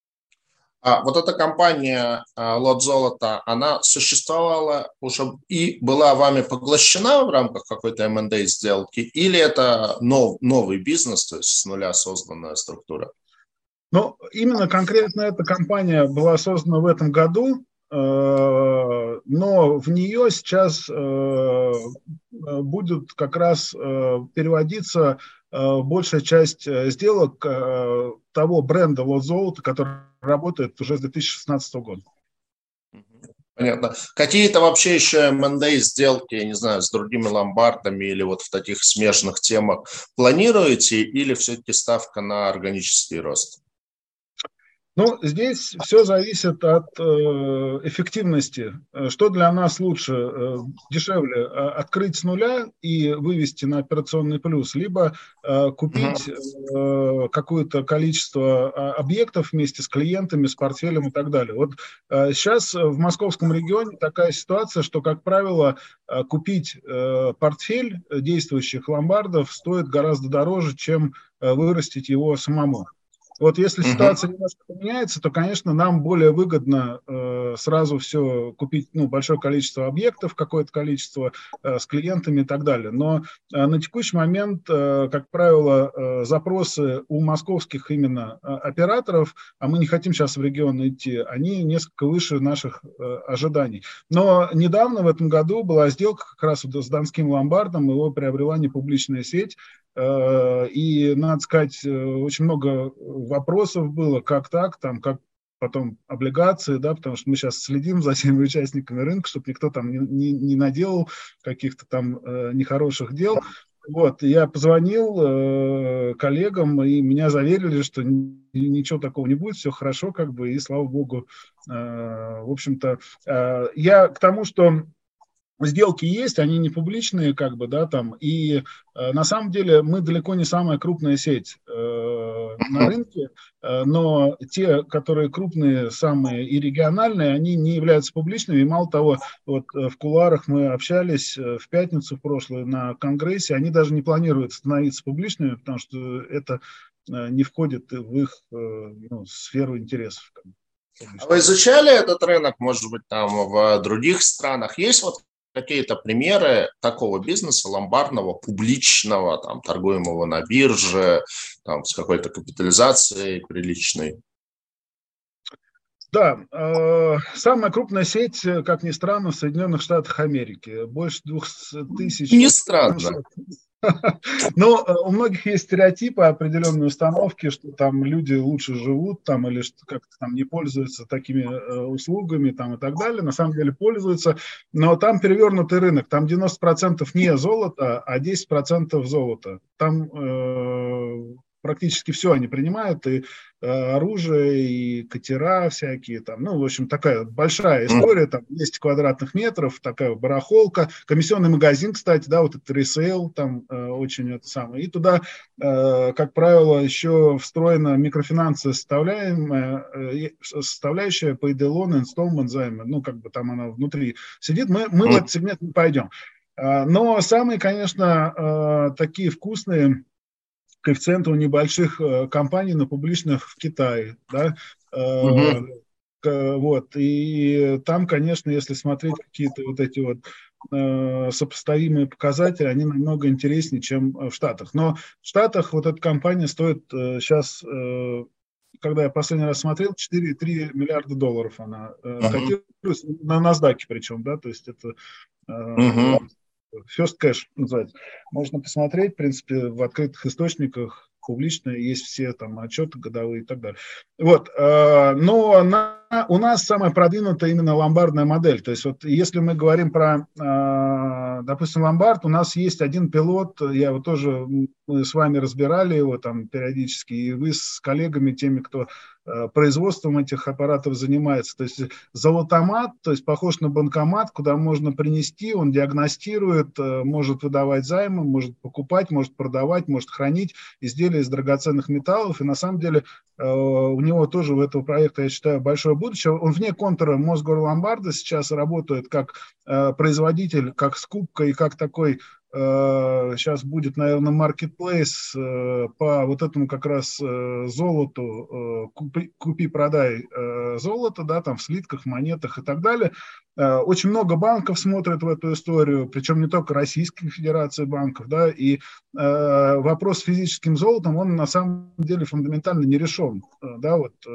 А вот эта компания «Лот золота», она существовала уже и была вами поглощена в рамках какой-то эм энд эй сделки, или это нов, новый бизнес, то есть с нуля созданная структура? Ну, именно конкретно эта компания была создана в этом году, но в нее сейчас будет как раз переводиться большая часть сделок того бренда «Лот золота», который работает уже с две тысячи шестнадцатого года. Понятно. Какие-то вообще еще эм энд эй сделки, я не знаю, с другими ломбардами или вот в таких смежных темах планируете, или все-таки ставка на органический рост? Ну, здесь все зависит от э, эффективности. Что для нас лучше, э, дешевле, э, открыть с нуля и вывести на операционный плюс, либо э, купить э, какое-то количество э, объектов вместе с клиентами, с портфелем и так далее. Вот э, сейчас в московском регионе такая ситуация, что, как правило, э, купить э, портфель действующих ломбардов стоит гораздо дороже, чем э, вырастить его самому. Вот если ситуация немножко поменяется, то, конечно, нам более выгодно э, сразу все купить, ну, большое количество объектов, какое-то количество э, с клиентами и так далее. Но э, на текущий момент, э, как правило, э, запросы у московских именно э, операторов, а мы не хотим сейчас в регион идти, они несколько выше наших э, ожиданий. Но недавно, в этом году, была сделка как раз вот с Донским ломбардом, его приобрела непубличная сеть, э, и, надо сказать, очень много вопросов было, как так, там, как потом облигации, да, потому что мы сейчас следим за всеми участниками рынка, чтобы никто там не, не, не наделал каких-то там э, нехороших дел. Вот, я позвонил э, коллегам, и меня заверили, что ничего такого не будет, все хорошо, как бы, и слава богу. Э, в общем-то, э, я к тому, что сделки есть, они не публичные, как бы, да, там, и э, на самом деле мы далеко не самая крупная сеть э, на рынке, э, но те, которые крупные, самые и региональные, они не являются публичными, и мало того, вот в кулуарах мы общались в пятницу в прошлую на конгрессе, они даже не планируют становиться публичными, потому что это э, не входит в их э, ну, сферу интересов. А вы изучали этот рынок, может быть, там в других странах? Есть вот какие-то примеры такого бизнеса ломбардного, публичного, там, торгуемого на бирже, там, с какой-то капитализацией приличной? Да, э, самая крупная сеть, как ни странно, в Соединенных Штатах Америки. Больше двух тысяч. Не странно. Но у многих есть стереотипы, определенные установки, что там люди лучше живут, там, или что как-то там не пользуются такими э, услугами, там, и так далее. На самом деле пользуются, но там перевернутый рынок, там девяносто процентов не золото, а десять процентов золота. Там э, практически все они принимают, и э, оружие, и катера всякие, там, ну, в общем, такая большая история, там, двести квадратных метров, такая барахолка, комиссионный магазин, кстати, да, вот этот ресейл, там, э, очень это самое, и туда, э, как правило, еще встроена микрофинансовая составляемая, э, составляющая по loan, installment займы, ну, как бы там она внутри сидит, мы, мы в этот сегмент не пойдем. Э, но самые, конечно, э, такие вкусные коэффициенты у небольших э, компаний, но публичных в Китае, да, э, к, вот, и там, конечно, если смотреть какие-то вот эти вот э, сопоставимые показатели, они намного интереснее, чем в Штатах. Но в Штатах вот эта компания стоит э, сейчас, э, когда я последний раз смотрел, четыре целых три миллиарда долларов она э, Uh-huh. котируется, на NASDAQ причем, да, то есть это э, Uh-huh. First Cash называется. Можно посмотреть, в принципе, в открытых источниках публично есть все там отчеты годовые и так далее. Вот, э, но на, у нас самая продвинутая именно ломбардная модель. То есть вот если мы говорим про, э, допустим, ломбард, у нас есть один пилот, я его тоже, мы с вами разбирали его там периодически, и вы с коллегами, теми, кто э, производством этих аппаратов занимается. То есть золотомат, то есть похож на банкомат, куда можно принести, он диагностирует, э, может выдавать займы, может покупать, может продавать, может хранить изделия из драгоценных металлов, и на самом деле э, у него тоже у этого проекта, я считаю, большое будущее. Он вне контура Мосгорломбарда сейчас работает как э, производитель, как скупка и как такой, э, сейчас будет, наверное, маркетплейс э, по вот этому как раз э, золоту, э, купи, купи-продай э, золото, да, там в слитках, монетах и так далее. Э, очень много банков смотрят в эту историю, причем не только Российской Федерации банков, да, и э, вопрос с физическим золотом, он на самом деле фундаментально не решен, да, вот э,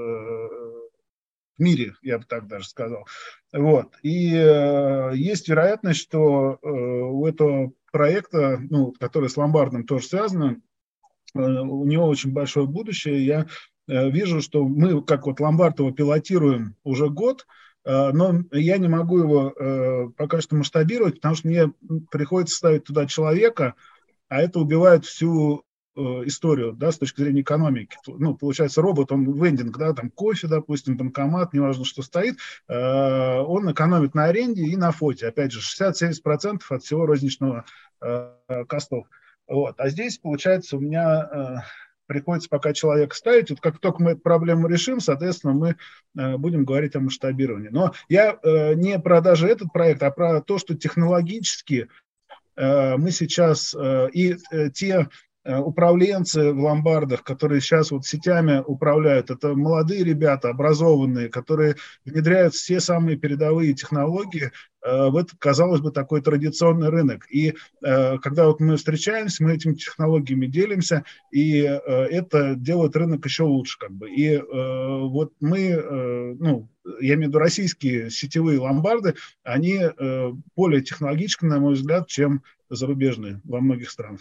в мире, я бы так даже сказал. Вот. И э, есть вероятность, что э, у этого проекта, ну, который с ломбардом тоже связано, э, у него очень большое будущее. Я э, вижу, что мы, как вот ломбард, его пилотируем уже год, э, но я не могу его э, пока что масштабировать, потому что мне приходится ставить туда человека, а это убивает всю историю, да, с точки зрения экономики. Ну, получается, робот, он вендинг, да, там кофе, допустим, банкомат, неважно, что стоит, э, он экономит на аренде и на фоте. Опять же, шестьдесят-семьдесят процентов от всего розничного э, костов. Вот. А здесь, получается, у меня э, приходится пока человека ставить. Вот как только мы эту проблему решим, соответственно, мы э, будем говорить о масштабировании. Но я э, не про даже этот проект, а про то, что технологически э, мы сейчас э, и э, те управленцы в ломбардах, которые сейчас вот сетями управляют, это молодые ребята, образованные, которые внедряют все самые передовые технологии э, в этот, казалось бы, такой традиционный рынок. И э, когда вот мы встречаемся, мы этими технологиями делимся, и э, это делает рынок еще лучше. Как бы. И э, вот мы, э, ну, я имею в виду российские сетевые ломбарды, они э, более технологичны, на мой взгляд, чем зарубежные во многих странах.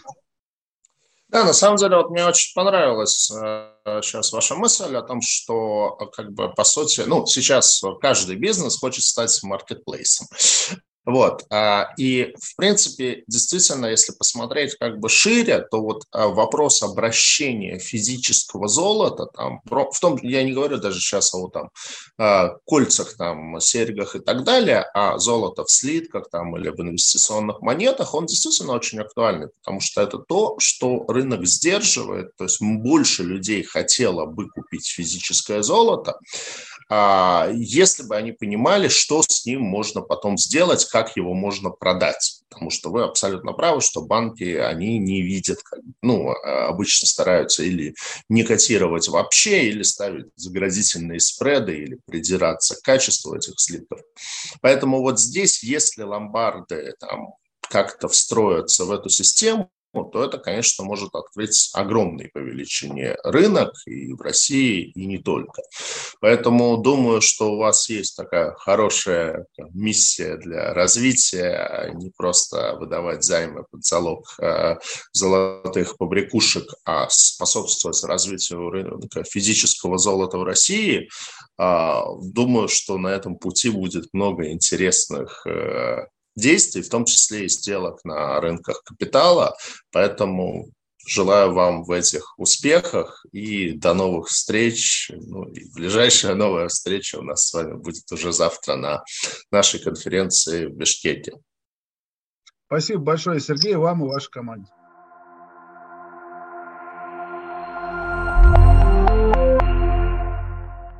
Да, на самом деле, вот мне очень понравилась э, сейчас ваша мысль о том, что, как бы, по сути, ну, сейчас каждый бизнес хочет стать маркетплейсом. Вот. И, в принципе, действительно, если посмотреть как бы шире, то вот вопрос обращения физического золота, там, в том, я не говорю даже сейчас о вот там кольцах, там, серьгах и так далее, а золото в слитках там, или в инвестиционных монетах, он действительно очень актуальный, потому что это то, что рынок сдерживает, то есть больше людей хотело бы купить физическое золото, если бы они понимали, что с ним можно потом сделать, как его можно продать. Потому что вы абсолютно правы, что банки, они не видят, ну, обычно стараются или не котировать вообще, или ставить заградительные спреды, или придираться к качеству этих слитков. Поэтому вот здесь, если ломбарды там как-то встроятся в эту систему, ну, то это, конечно, может открыть огромный по величине рынок и в России, и не только. Поэтому думаю, что у вас есть такая хорошая миссия для развития, не просто выдавать займы под залог э, золотых побрякушек, а способствовать развитию рынка физического золота в России. Э, думаю, что на этом пути будет много интересных э, действий, в том числе и сделок на рынках капитала. Поэтому желаю вам в этих успехах и до новых встреч. Ну, и ближайшая новая встреча у нас с вами будет уже завтра на нашей конференции в Бишкеке. Спасибо большое, Сергей, вам и вашей команде.